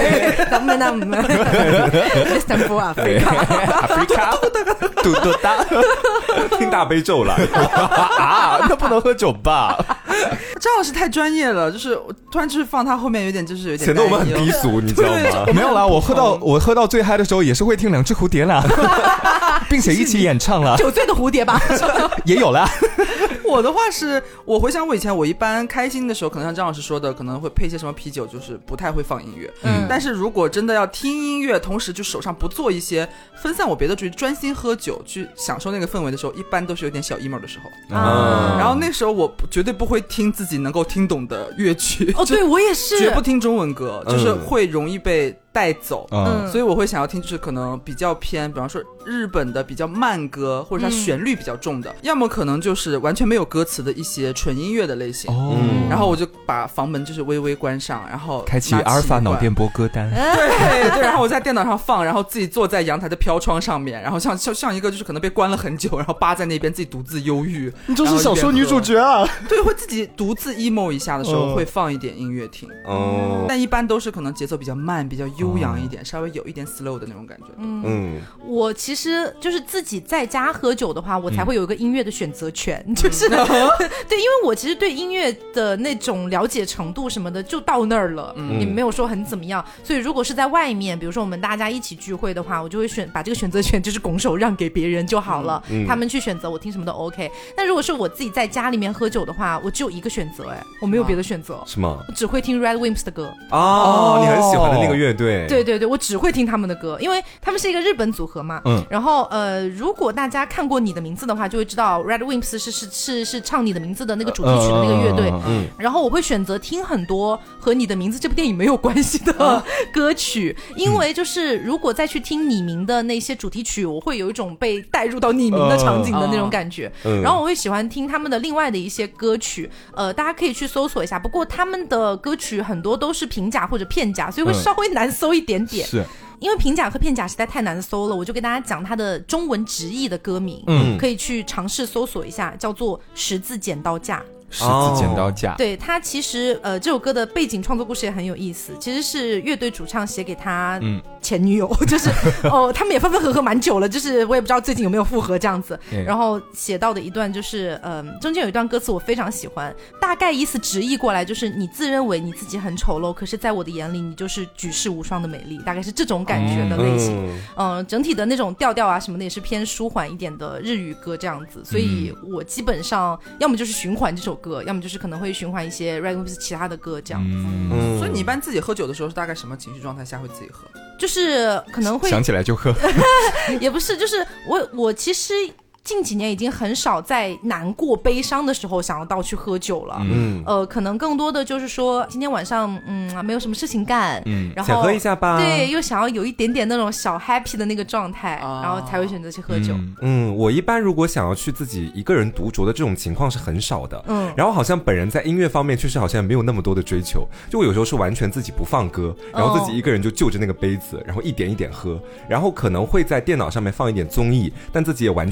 聽大悲咒了啊，那不能喝酒吧？ 張老師太專業了，就是突然就是放他後面有點顯得我們很低俗，你知道嗎？ 沒有啦，我喝到最嗨的時候也是會聽兩隻蝴蝶啦，並且一起演唱了酒醉的蝴蝶吧也有啦。 我的話是我回想我以前，我一般開心的時候可能像張老師說的可能會配一些什麼啤酒，就是不太會放音樂。但是如果真的要聽音樂，同時就手上不做一些分散我別的注意，專心喝酒去享受那個氛圍的時候，一般都是有點小 emo 的時候。然後那時候我絕對不會聽自己能夠聽懂的樂曲。 對，我也是絕不聽中文歌，就是會容易被帶走。所以我會想要聽就是可能比較偏，比方說日本的比較慢歌，或者它旋律比較重的，要麼可能就是完全沒有歌詞的一些純音樂的類型。然後我就把房門就是微微關上，然後開啟阿爾法腦電波歌單。 對，然後我在電腦上放，然後自己坐在陽台的飄窗上面，然後像一個就是可能被關了很久，然後扒在那邊自己獨自憂鬱。 你就是小說女主角啊。 對，會自己獨自 emo 一下的時候會放一點音樂聽。但一般都是可能節奏比較慢，比較悠揚一點，稍微有一點 slow 的那種感覺。 我其實就是自己在家喝酒的話，我才會有一個音樂的選擇權，就是對，因為我其實對音樂的那種了解程度什麼的就到那兒了，也沒有說很怎麼樣。所以如果是在外面，比如說我們大家一起聚會的話，我就會把這個選擇權就是拱手讓給別人就好了，他們去選擇我聽什麼都 OK。但如果是我自己在家裡面喝酒的話，我只有一個選擇，我沒有別的選擇。 是嗎？ 我只會聽 Red Wimps 的歌。 你很喜歡的那個樂隊。 對，我只會聽他們的歌，因為他們是一個日本組合嘛。然後如果大家看過你的名字的話，就會知道 Red Wimps 是唱你的名字的那個主題曲的那個樂隊。然後我會選擇聽很多和你的名字這部電影沒有關係的歌曲，因為就是如果再去聽你名的那些主題曲，我會有一種被帶入到你名的場景的那種感覺。然後我會喜歡聽他們的另外的一些歌曲，大家可以去搜索一下。不過他們的歌曲很多都是平假或者片假，所以會稍微難搜一點點。 是。 因為平假和片假實在太難搜了，我就給大家講它的中文直譯的歌名，可以去嘗試搜索一下，叫做《十字剪刀架》。 十字剪刀架， 對，它其實這首歌的背景創作故事也很有意思，其實是樂隊主唱寫給他前女友，就是他們也分分合合蠻久了，就是我也不知道最近有沒有復合這樣子。然後寫到的一段就是中間有一段歌詞我非常喜歡，大概意思直譯過來就是你自認為你自己很醜陋，可是在我的眼裡你就是舉世無雙的美麗，大概是這種感覺的類型。整體的那種調調啊什麼的也是偏舒緩一點的日語歌這樣子，所以我基本上要麼就是循環這首歌，要麼就是可能會循環一些 Red Wimps 其他的歌這樣子。 所以你一般自己喝酒的時候是大概什麼情緒狀態下會自己喝？ 就是可能會想起來就喝也不是，就是我其實近幾年已經很少在難過悲傷的時候想要到去喝酒了。可能更多的就是說今天晚上沒有什麼事情幹，然後想喝一下吧， 對，又想要有一點點那種小 happy 的那個狀態，然後才會選擇去喝酒。 我一般如果想要去自己一個人獨酌的這種情況是很少的。然後好像本人在音樂方面確實好像沒有那麼多的追求，就我有時候是完全自己不放歌，然後自己一個人就就着那個杯子，然後一點一點喝，然後可能會在電腦上面放一點綜藝，但自己也完全看不見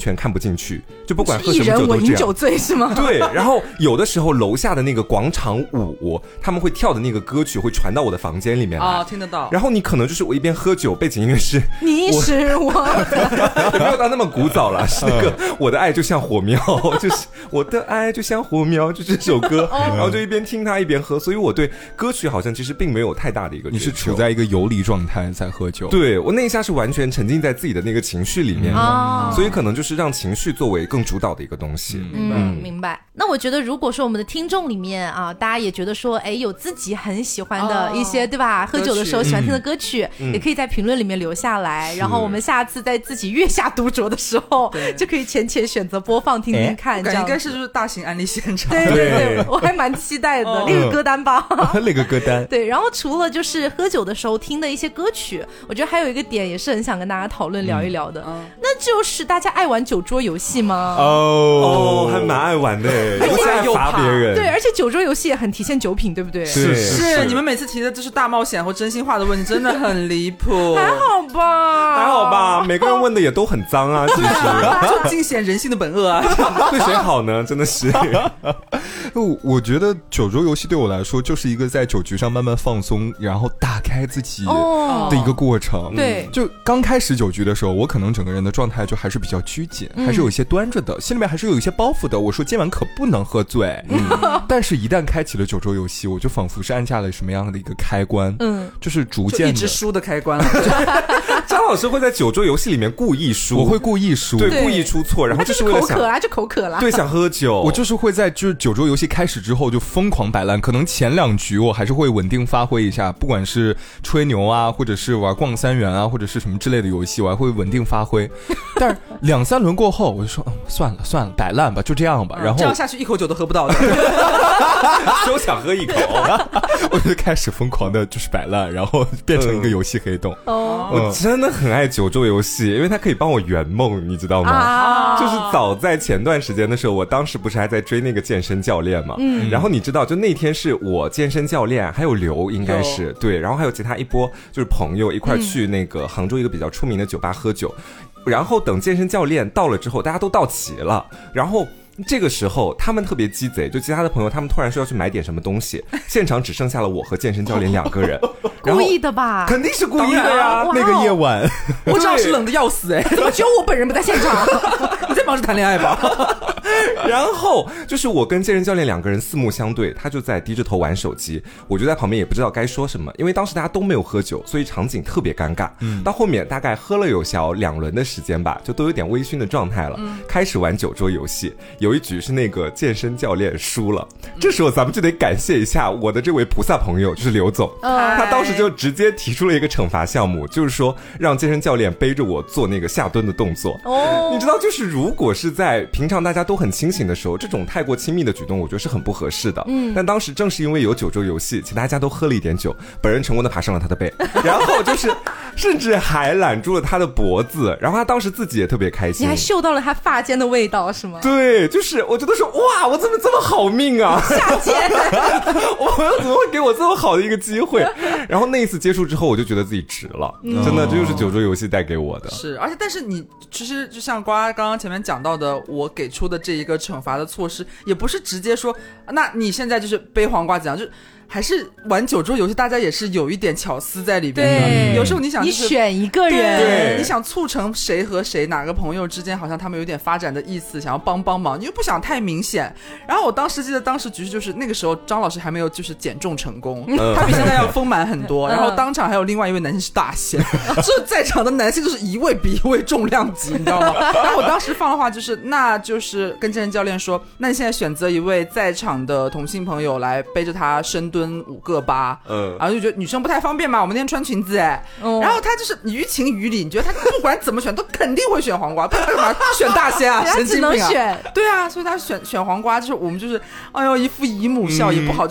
进去，就不管喝什么酒都这样。 一人饮酒醉是吗？ 对，然后有的时候楼下的那个广场舞，他们会跳的那个歌曲会传到我的房间里面来， 听得到。 然后你可能就是我一边喝酒，背景音乐是你是我也没有到那么古早了，是那个我的爱就像火苗，就是我的爱就像火苗，就这首歌，然后就一边听它一边喝，所以我对歌曲好像其实并没有太大的一个， 你是处在一个游离状态在喝酒。 对，我那一下是完全沉浸在自己的那个情绪里面的，所以可能就是让情绪作为更主导的一个东西。 明白。那我觉得如果说我们的听众里面啊，大家也觉得说有自己很喜欢的一些对吧，喝酒的时候喜欢听的歌曲，也可以在评论里面留下来，然后我们下次在自己月下独酌的时候就可以浅选择播放听听看，这样应该是就是大型案例现场。 对，我还蛮期待的，列个歌单吧。 列个歌单。 对，然后除了就是喝酒的时候听的一些歌曲，我觉得还有一个点也是很想跟大家讨论聊一聊的，那就是大家爱玩酒桌游戏吗？ 还蛮爱玩的，尤其爱罚别人。 对，而且酒桌游戏也很体现酒品，对不对？ 是，你们每次提的就是大冒险或真心话的问题，真的很离谱。 还好吧， 每个人问的也都很脏啊，其实就尽显人性的本恶啊。 对谁好呢？真的是。 我觉得酒桌游戏对我来说就是一个在酒局上慢慢放松，然后打开自己的一个过程。 对， 就刚开始酒局的时候，我可能整个人的状态就还是比较拘谨，还是有一些端着的，心里面还是有一些包袱的。我说今晚可不能喝醉，但是一旦开启了酒桌游戏，我就仿佛是按下了什么样的一个开关，就是逐渐的就一直输的开关了。 张老师会在酒桌游戏里面故意输， 我会故意输， 对，故意出错，然后就是为了口渴啦， 对，想喝酒。 我就是会在就是酒桌游戏开始之后就疯狂摆烂，可能前2局我还是会稳定发挥一下，不管是吹牛啊，或者是玩逛3元啊，或者是什么之类的游戏，我还会稳定发挥。但是2、3轮过后，我就说算了，摆烂吧，就这样吧。然后这样下去一口酒都喝不到的， 休想喝一口。 我就开始疯狂的就是摆烂，然后变成一个游戏黑洞。 我真的很爱酒桌游戏，因为它可以帮我圆梦，你知道吗？就是早在前段时间的时候，我当时不是还在追那个健身教练嘛，然后你知道，就那天是我健身教练还有刘应该是对，然后还有其他一波就是朋友一块去那个杭州一个比较出名的酒吧喝酒，然后等健身教练到了之后，大家都到齐了，然后这个时候他们特别鸡贼，就其他的朋友他们突然说要去买点什么东西，现场只剩下了我和健身教练2个人。 故意的吧？ 肯定是故意的呀！ 那个夜晚我知道是冷的要死怎么只有我本人不在现场？ 你在忙着谈恋爱吧？ 然后就是我跟健身教练2个人四目相对，他就在低着头玩手机，我就在旁边也不知道该说什么，因为当时大家都没有喝酒，所以场景特别尴尬。到后面大概喝了有小2轮的时间吧，就都有点微醺的状态了，开始玩酒桌游戏。有一局是那个健身教练输了，这时候咱们就得感谢一下我的这位菩萨朋友，就是刘总，他当时就直接提出了一个惩罚项目，就是说让健身教练背着我做那个下蹲的动作。你知道，就是如果是在平常大家都很清醒的时候，这种太过亲密的举动，我觉得是很不合适的。但当时正是因为有酒桌游戏，请大家都喝了一点酒，本人成功的爬上了他的背，然后就是甚至还揽住了他的脖子，然后他当时自己也特别开心。 你还嗅到了他发间的味道是吗？ 对，就是我觉得说哇，我怎么这么好命啊！ 下贱， 我怎么会给我这么好的一个机会？然后那一次接触之后，我就觉得自己值了，真的，这就是酒桌游戏带给我的。 是，而且但是你其实就像瓜刚刚前面讲到的，我给出的这一个惩罚的措施，也不是直接说，那你现在就是背黄瓜怎样，就还是玩酒桌游戏，大家也是有一点巧思在里边的。有时候你想、就是， 你选一个人， 你想促成谁和谁哪个朋友之间好像他们有点发展的意思，想要帮忙，你又不想太明显。然后我当时记得当时局势就是那个时候张老师还没有就是减重成功，他比现在要丰满很多。然后当场还有另外一位男性是大仙，这在场的男性就是一位比一位重量级，你知道吗？然后我当时放的话就是，那就是跟健身教练说，那你现在选择一位在场的同性朋友来背着他深蹲5个8，然后就觉得女生不太方便嘛，我们那天穿裙子然后他就是于情于理，你觉得他不管怎么选都肯定会选黄瓜，不然干嘛选大仙啊？神经病啊！对啊，所以他选黄瓜，就是我们就是哎呦一副姨母笑也不好，就是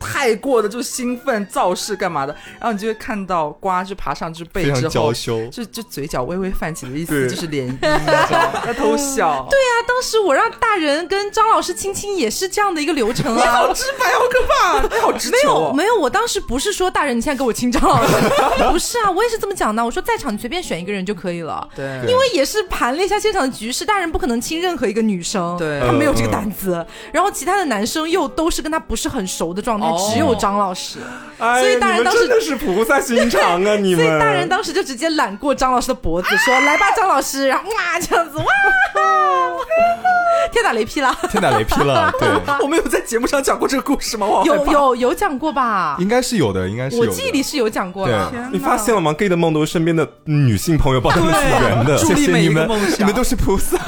太过的就兴奋造势干嘛的，然后你就会看到瓜就爬上背之后， 非常娇羞， 就嘴角微微泛起的意思就是涟漪，在偷笑。 对啊，当时我让大人跟张老师亲亲也是这样的一个流程啊。 你好直白，好可怕，好直球。 没有，我当时不是说大人你现在给我亲张老师，不是啊，我也是这么讲的。我说在场你随便选一个人就可以了， 对， 因为也是盘了一下现场的局势，大人不可能亲任何一个女生， 对， 他没有这个胆子。然后其他的男生又都是跟他不是很熟的状态，只有张老师，所以大人当时真的是菩萨心肠啊，你们。 所以大人当时就直接揽过张老师的脖子，说：“来吧，张老师。”然后哇，这样子哇，天打雷劈了， 天打雷劈了。对， 我们有在节目上讲过这个故事吗？ 有讲过吧？ 应该是有的，应该是有的。 我记忆里是有讲过的。 你发现了吗 ？gay 的梦都是身边的女性朋友帮他们起源的， 谢谢你们， 你们都是菩萨。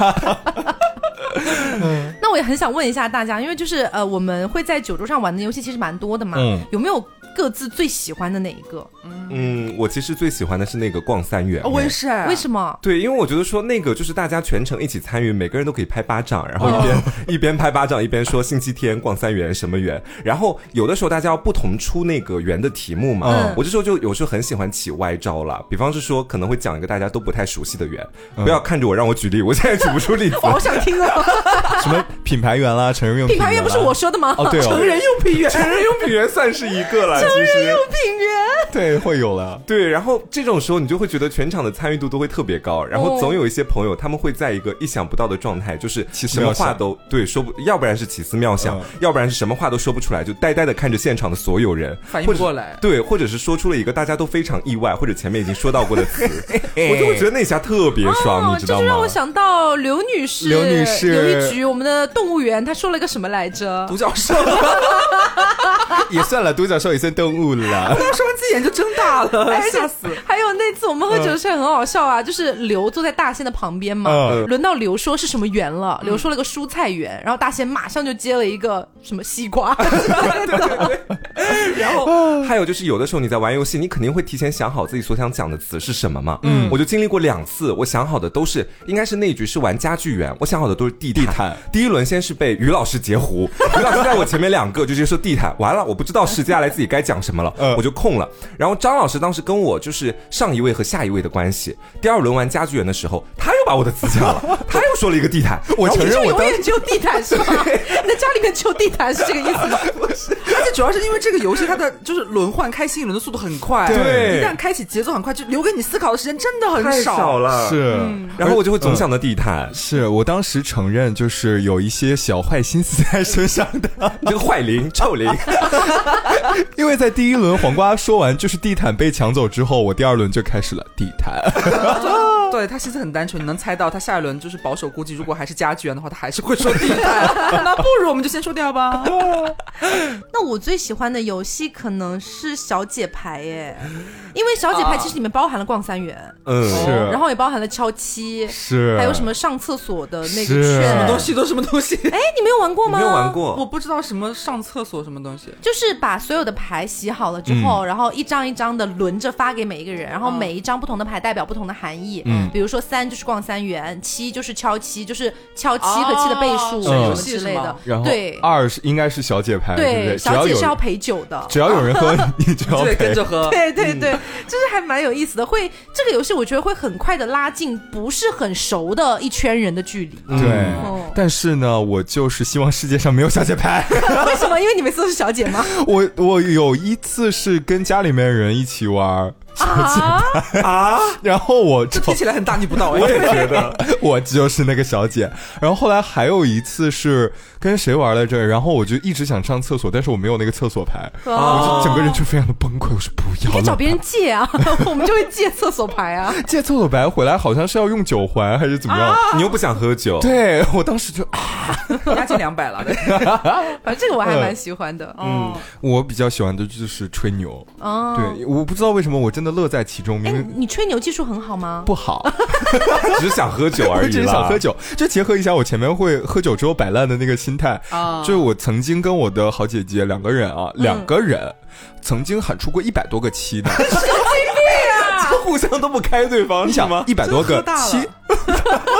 那我也很想问一下大家，因为就是我们会在酒桌上玩的游戏其实蛮多的嘛，有没有各自最喜欢的哪一个？ 我其实最喜欢的是那个逛3元。 我也是。 为什么？ 对，因为我觉得说那个就是大家全程一起参与，每个人都可以拍巴掌，然后一边拍巴掌一边说星期天逛3元什么园，然后有的时候大家要不同出那个园的题目嘛，我这时候就有时候很喜欢起歪招了，比方是说可能会讲一个大家都不太熟悉的园，不要看着我让我举例，我现在举不出例子。 我好想听哦。 什么品牌园啦，成人用品品牌园不是我说的吗？ 对哦， 成人用品园， 成人用品园算是一个了， 成人用品园， 对，会有了。 对，然后这种时候你就会觉得全场的参与度都会特别高，然后总有一些朋友他们会在一个意想不到的状态，就是什么话都对说不，要不然是奇思妙想，要不然是什么话都说不出来，就呆呆的看着现场的所有人， 反应不过来。 对，或者是说出了一个大家都非常意外，或者前面已经说到过的词，我就会觉得那下特别爽，你知道吗？ 这就让我想到刘女士有一局我们的动物园，她说了一个什么来着？ 独角兽。 也算了，独角兽也算动物了。 我说完自己眼就睁大了，吓死！ 还有那次我们喝酒的时候很好笑啊，就是刘坐在大仙的旁边嘛，轮到刘说是什么园了，刘说了个蔬菜园，然后大仙马上就接了一个什么西瓜。 对。然后还有就是有的时候你在玩游戏，你肯定会提前想好自己所想讲的词是什么嘛。我就经历过2次，我想好的都是应该是那局是玩家具园，我想好的都是地毯。第一轮先是被于老师截胡，于老师在我前面2个就直接说地毯，完了我不知道接下来自己该讲什么了，我就空了。然后张老师当时跟我就是上一位和下一位的关系，第2轮玩家具园的时候，他又把我的词讲了，他又说了一个地毯。我承认我永远只有地毯是吗？你的家里面只有地毯是这个意思吗？ 不是，而且主要是因为这个游戏它的就是轮换开新一轮的速度很快， 对， 一旦开启节奏很快，就留给你思考的时间真的很太少了。 是， 然后我就会总想着地毯。 是我当时承认就是有一些小坏心思在身上的， 这个坏灵臭灵。 因为在第1轮黄瓜说完就是地毯被抢走之后，我第2轮就开始了地毯。 对，他心思很单纯，你能猜到他下一轮就是保守估计，如果还是家具园的话，他还是会说地毯。那不如我们就先说掉吧。 那我最喜欢的游戏可能是小姐牌耶，因为小姐牌其实里面包含了逛3元， 是， 然后也包含了敲七， 是， 还有什么上厕所的那个券， 什么东西都什么东西？ 哎，你没有玩过吗？ 没有玩过， 我不知道什么上厕所什么东西， 就是把所有的牌洗好了之后，然后一张一张的轮着发给每一个人，然后每一张不同的牌代表不同的含义。比如说3就是逛3元，7就是敲7，就是敲7和7的倍数什么之类的。 然后对 ，2是应该是小姐牌，对不对？ 小姐是要陪酒的， 只要有人喝，你就要陪， 跟着喝。 对对对，就是还蛮有意思的。会这个游戏我觉得会很快的拉近不是很熟的一圈人的距离。 对，但是呢，我就是希望世界上没有小姐牌。 为什么？因为你每次都是小姐吗？ 我有一次是跟家里面人一起玩。然后我这听起来很大逆不道。 我也觉得我就是那个小姐。然后后来还有一次是跟谁玩来着，然后我就一直想上厕所，但是我没有那个厕所牌，我就整个人就非常的崩溃。我说不要了， 可以找别人借啊。我们就会借厕所牌啊。 借厕所牌回来好像是要用9环还是怎么样， 你又不想喝酒。 对，我当时就押金200了。 反正这个我还蛮喜欢的。 我比较喜欢的就是吹牛。对，我不知道为什么我真的乐在其中。 你吹牛技术很好吗？ 不好， 只是想喝酒而已。 只是想喝酒，就结合一下我前面会喝酒之后摆烂的那个心态。就是我曾经跟我的好姐姐2个人啊，2个人曾经喊出过100多个7的。 神经病啊！ 互相都不开对方， 你想吗？100多个7。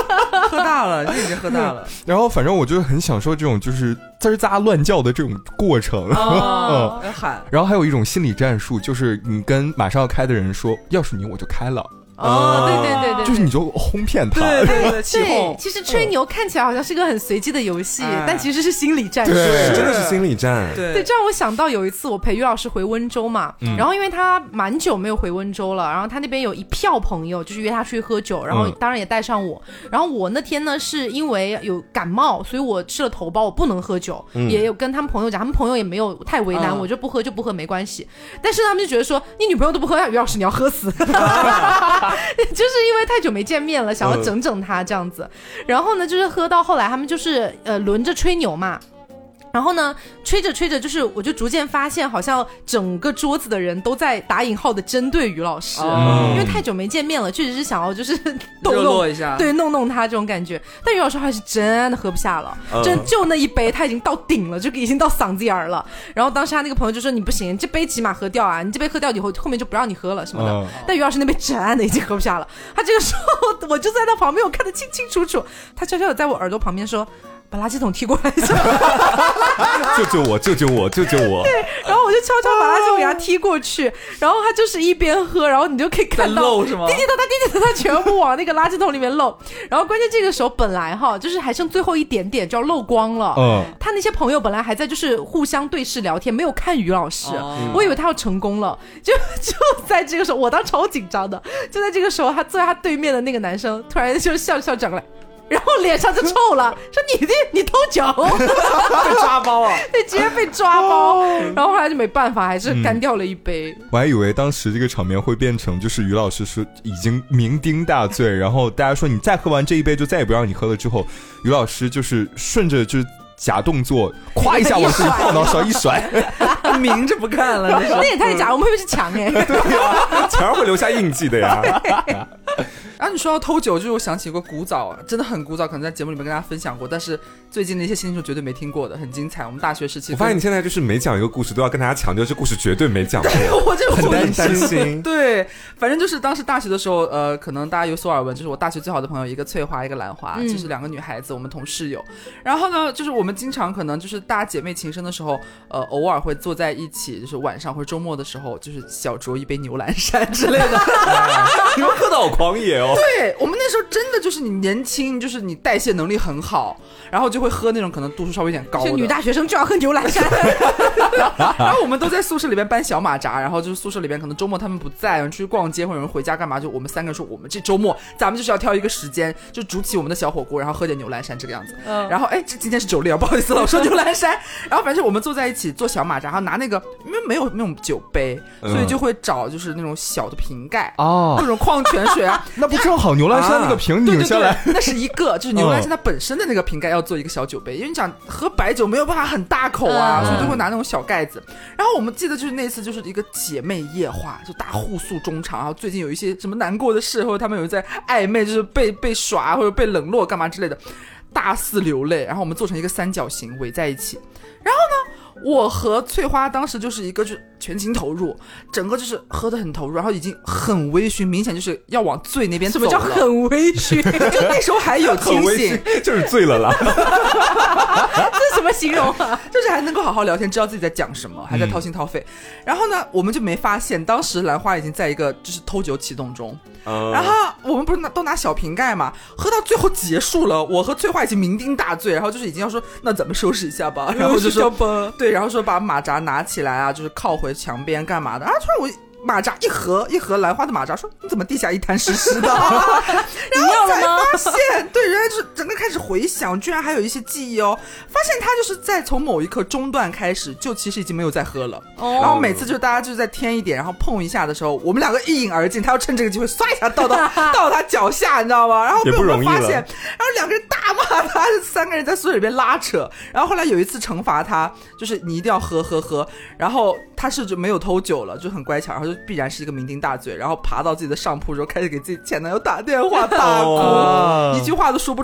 喝大了，你已经喝大了。 然后反正我就很享受这种就是滋喳乱叫的这种过程。 要喊。 然后还有一种心理战术，就是你跟马上要开的人说，要是你我就开了。 对， 就是你就哄骗他， 对，起哄。 其实吹牛看起来好像是个很随机的游戏，但其实是心理战术， 真的是心理战。 对，这让我想到有一次我陪于老师回温州嘛，然后因为他蛮久没有回温州了，然后他那边有一票朋友就是约他出去喝酒，然后当然也带上我，然后我那天呢是因为有感冒，所以我吃了头孢，我不能喝酒，也有跟他们朋友讲，他们朋友也没有太为难，我就不喝就不喝没关系，但是他们就觉得说你女朋友都不喝，于老师你要喝死。就是因为太久没见面了，想要整整他这样子，然后呢，就是喝到后来，他们就是轮着吹牛嘛。然后呢，吹着吹着，就是我就逐渐发现，好像整个桌子的人都在打引号的针对于老师，因为太久没见面了，确实是想要就是热络一下， 对，弄弄他这种感觉。但于老师还是真的喝不下了，就那一杯他已经到顶了，就已经到嗓子眼了。然后当时他那个朋友就说：“你不行，这杯起码喝掉啊，你这杯喝掉以后，后面就不让你喝了什么的。”但于老师那杯真的已经喝不下了，他这个时候我就在他旁边，我看得清清楚楚，他悄悄的在我耳朵旁边说：“把垃圾桶踢过来一下。” 救救我，救救我，救救我。 对，然后我就悄悄把垃圾桶给他踢过去，然后他就是一边喝，然后你就可以看到漏是吗？ 滴滴答答全部往那个垃圾桶里面漏。然后关键这个时候本来就是还剩最后一点点就要漏光了，他那些朋友本来还在就是互相对视聊天，没有看于老师，我以为他要成功了，就在这个时候，我当时超紧张的，就在这个时候，他坐在他对面的那个男生突然就笑笑转过来。然后脸上就臭了，说你偷酒， 被抓包啊！ 对，直接被抓包。然后后来就没办法，还是干掉了一杯。 我还以为当时这个场面会变成，就是于老师说已经酩酊大醉，然后大家说你再喝完这一杯就再也不让你喝了，之后于老师就是顺着就是假动作，咵一下往自己后脑勺一甩， 明着不看了。 那也太假，我们会不会是墙哎？ 对呀，墙会留下印记的呀。 然后你说到偷酒，就是我想起一个古早，真的很古早，可能在节目里面跟大家分享过，但是最近的一些新听众绝对没听过的，很精彩。我们大学时期， 我发现你现在就是每讲一个故事都要跟大家强调这故事绝对没讲过， 我这很担心。 对，反正就是当时大学的时候，可能大家有所耳闻，就是我大学最好的朋友一个翠华，一个兰花，就是两个女孩子，我们同室友。然后呢，就是我们经常可能就是大家姐妹情深的时候，偶尔会坐在一起，就是晚上或者周末的时候，就是小酌一杯牛栏山之类的。 你们喝的好狂野哦。 对，我们那时候真的就是你年轻，就是你代谢能力很好，然后就会喝那种可能度数稍微有点高的。 女大学生就要喝牛栏山。 然后我们都在宿舍里边搬小马扎，然后就是宿舍里边可能周末他们不在，有人出去逛街或者有人回家干嘛，就我们三个人说我们这周末咱们就是要挑一个时间，就煮起我们的小火锅，然后喝点牛栏山这个样子。然后这今天是酒力啊，不好意思了，我说牛栏山。然后反正我们坐在一起做小马扎，然后拿那个因为没有那种酒杯，所以就会找就是那种小的瓶盖那种矿泉水啊。 那不正好牛栏山那个瓶拧下来？ 对，那是一个，就是牛栏山它本身的那个瓶盖要做一个小酒杯，因为你讲喝白酒没有办法很大口啊，所以就会拿那种小盖子。然后我们记得就是那次就是一个姐妹夜话，就大家互诉衷肠，然后最近有一些什么难过的事，或者他们有在暧昧，就是被耍或者被冷落干嘛之类的，大肆流泪。然后我们做成一个三角形围在一起，然后呢我和翠花当时就是一个就是全情投入，整个就是喝得很投入，然后已经很微醺，明显就是要往醉那边走了。 什么叫很微醺？ 就那时候还有清醒， 就是醉了啦。 这是什么形容啊？ 就是还能够好好聊天，知道自己在讲什么，还在掏心掏肺。然后呢，我们就没发现，当时兰花已经在一个就是偷酒启动中。然后我们不是都拿小瓶盖嘛，喝到最后结束了，我和翠花已经酩酊大醉，然后就是已经要说那咱们收拾一下吧，然后就说对，然后说把马扎拿起来啊，就是靠回墙边干嘛的啊？突然我马扎一合兰花的马扎说你怎么地下一滩湿湿的？然后才发现，对，原来就是整个开始回想，居然还有一些记忆哦。发现他就是在从某一刻中段开始，就其实已经没有再喝了。然后每次就是大家就是再添一点，然后碰一下的时候，我们两个一饮而尽，他要趁这个机会唰一下倒他脚下，你知道吗？然后被我们发现，然后两个人大骂他，三个人在宿舍里边拉扯。然后后来有一次惩罚他，就是你一定要喝，然后他是就没有偷酒了，就很乖巧，然后就必然是一个酩酊大醉，然后爬到自己的上铺之后，开始给自己前男友打电话大哭，一句话都说不出来，就是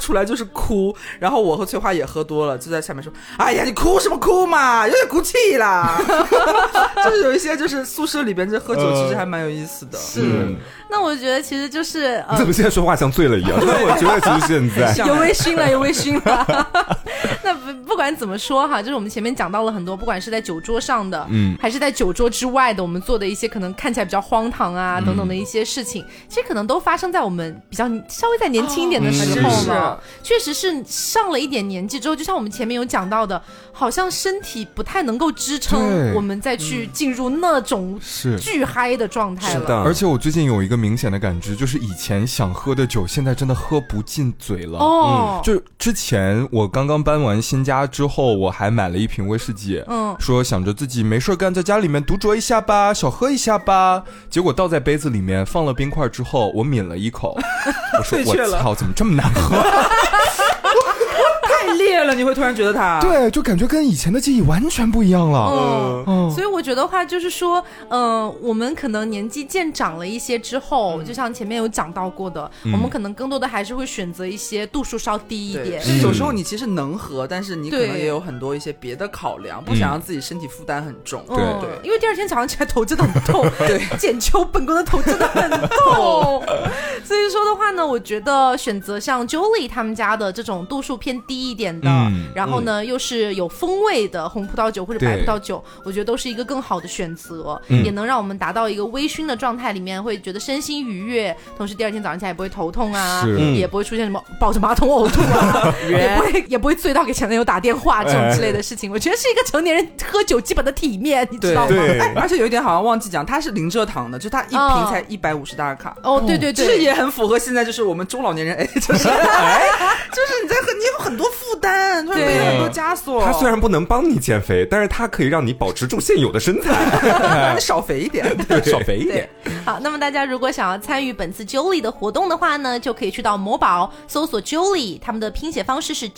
哭，然后我和翠花也喝多了，就在下面说：“哎呀，你哭什么哭嘛，有点哭气啦。”就是有一些就是宿舍里边这喝酒其实还蛮有意思的。 是，那我觉得其实就是你怎么现在说话像醉了一样？但我觉得其实现在有微醺了，有微醺了。那不管怎么说哈，就是我们前面讲到了很多，不管是在酒桌上的，还是在酒桌之外的，我们做的一些可能看起来比较荒唐啊等等的一些事情，其实可能都发生在我们比较稍微再年轻一点的时候了。确实是上了一点年纪之后，就像我们前面有讲到的，好像身体不太能够支撑我们再去进入那种巨嗨的状态了。 而且我最近有一个明显的感知，就是以前想喝的酒，现在真的喝不进嘴了。就之前我刚刚搬完新家之后，我还买了一瓶威士忌，说想着自己没事干，在家里面独酌一下吧，小喝一下吧。结果倒在杯子里面，放了冰块之后，我抿了一口，我说我操，怎么这么难喝？ 太烈了，你会突然觉得它对，就感觉跟以前的记忆完全不一样了。 所以我觉得话就是说，我们可能年纪渐长了一些之后，就像前面有讲到过的，我们可能更多的还是会选择一些度数稍低一点。 有时候你其实能喝，但是你可能也有很多一些别的考量，不想让自己身体负担很重。 对，因为第二天早上起来头真的很痛，对，简秋本宫的头真的很痛。所以说的话呢，我觉得选择像 Jolie 他们家的这种度数偏低一点的，然后呢又是有风味的红葡萄酒或者白葡萄酒，我觉得都是一个更好的选择，也能让我们达到一个微醺的状态里面，会觉得身心愉悦，同时第二天早上起来也不会头痛啊，也不会出现什么抱着马桶呕吐啊，也不会醉到给前男友打电话这种之类的事情。我觉得是一个成年人喝酒基本的体面，你知道吗？ 而且有一点好像忘记讲，它是零蔗糖的，就它一瓶才150大卡。 对， 就是也很符合现在就是我们中老年人，就是你在喝，你有很多负担，会背很多枷锁。 它虽然不能帮你减肥，但是它可以让你保持住现有的身材， 少肥一点， 少肥一点。 好，那么大家如果想要参与本次 Jolie 的活动的话呢，就可以去到某宝搜索 Jolie， 他们的拼写方式是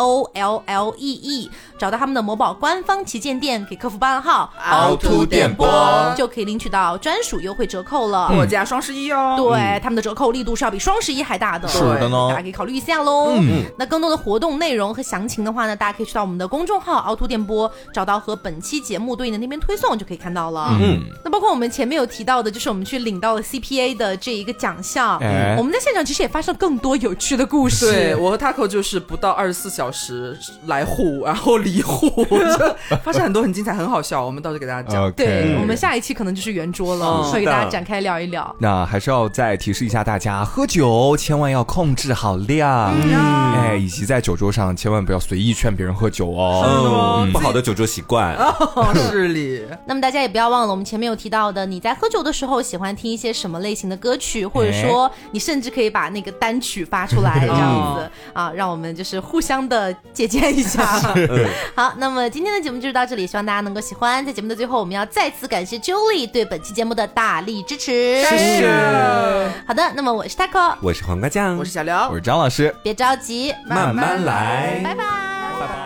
JOLLEE， 找到他们的某宝官方旗舰店，给客服报暗号凹凸电波， 就可以领取到专属优惠折扣了， 我加双11哦。 对，他们的折扣力度是要比双11还大的， 是的呢， 大家可以考虑一下喽。那更多的活动内容和详情的话呢，大家可以去到我们的公众号凹凸电波，找到和本期节目对应的那边推送就可以看到了。那包括我们前面有提到的，就是我们去领到了 CPA 的这一个奖项，我们在现场其实也发生了更多有趣的故事。 对，我和 Taco 就是不到24小时来沪，然后离沪，发生很多很精彩很好笑，我们到时候给大家讲。 对，我们下一期可能就是圆桌了，会给大家展开聊一聊。 那还是要再提示一下大家，喝酒千万要控制好量，以及在酒桌上千万不要随意劝别人喝酒哦， 不好的酒桌习惯。 是哩。 那么大家也不要忘了，我们前面有提到的，你在喝酒的时候喜欢听一些什么类型的歌曲，或者说你甚至可以把那个单曲发出来，这样子啊，让我们就是互相的借鉴一下。好，那么今天的节目就是到这里，希望大家能够喜欢。在节目的最后，我们要再次感谢 Jolie 对本期节目的大力支持。 谢谢。 好的，那么我是 Taco， 我是黄瓜酱， 我是小刘， 我是张老师。 别着急， 慢慢来， 拜拜， 拜拜。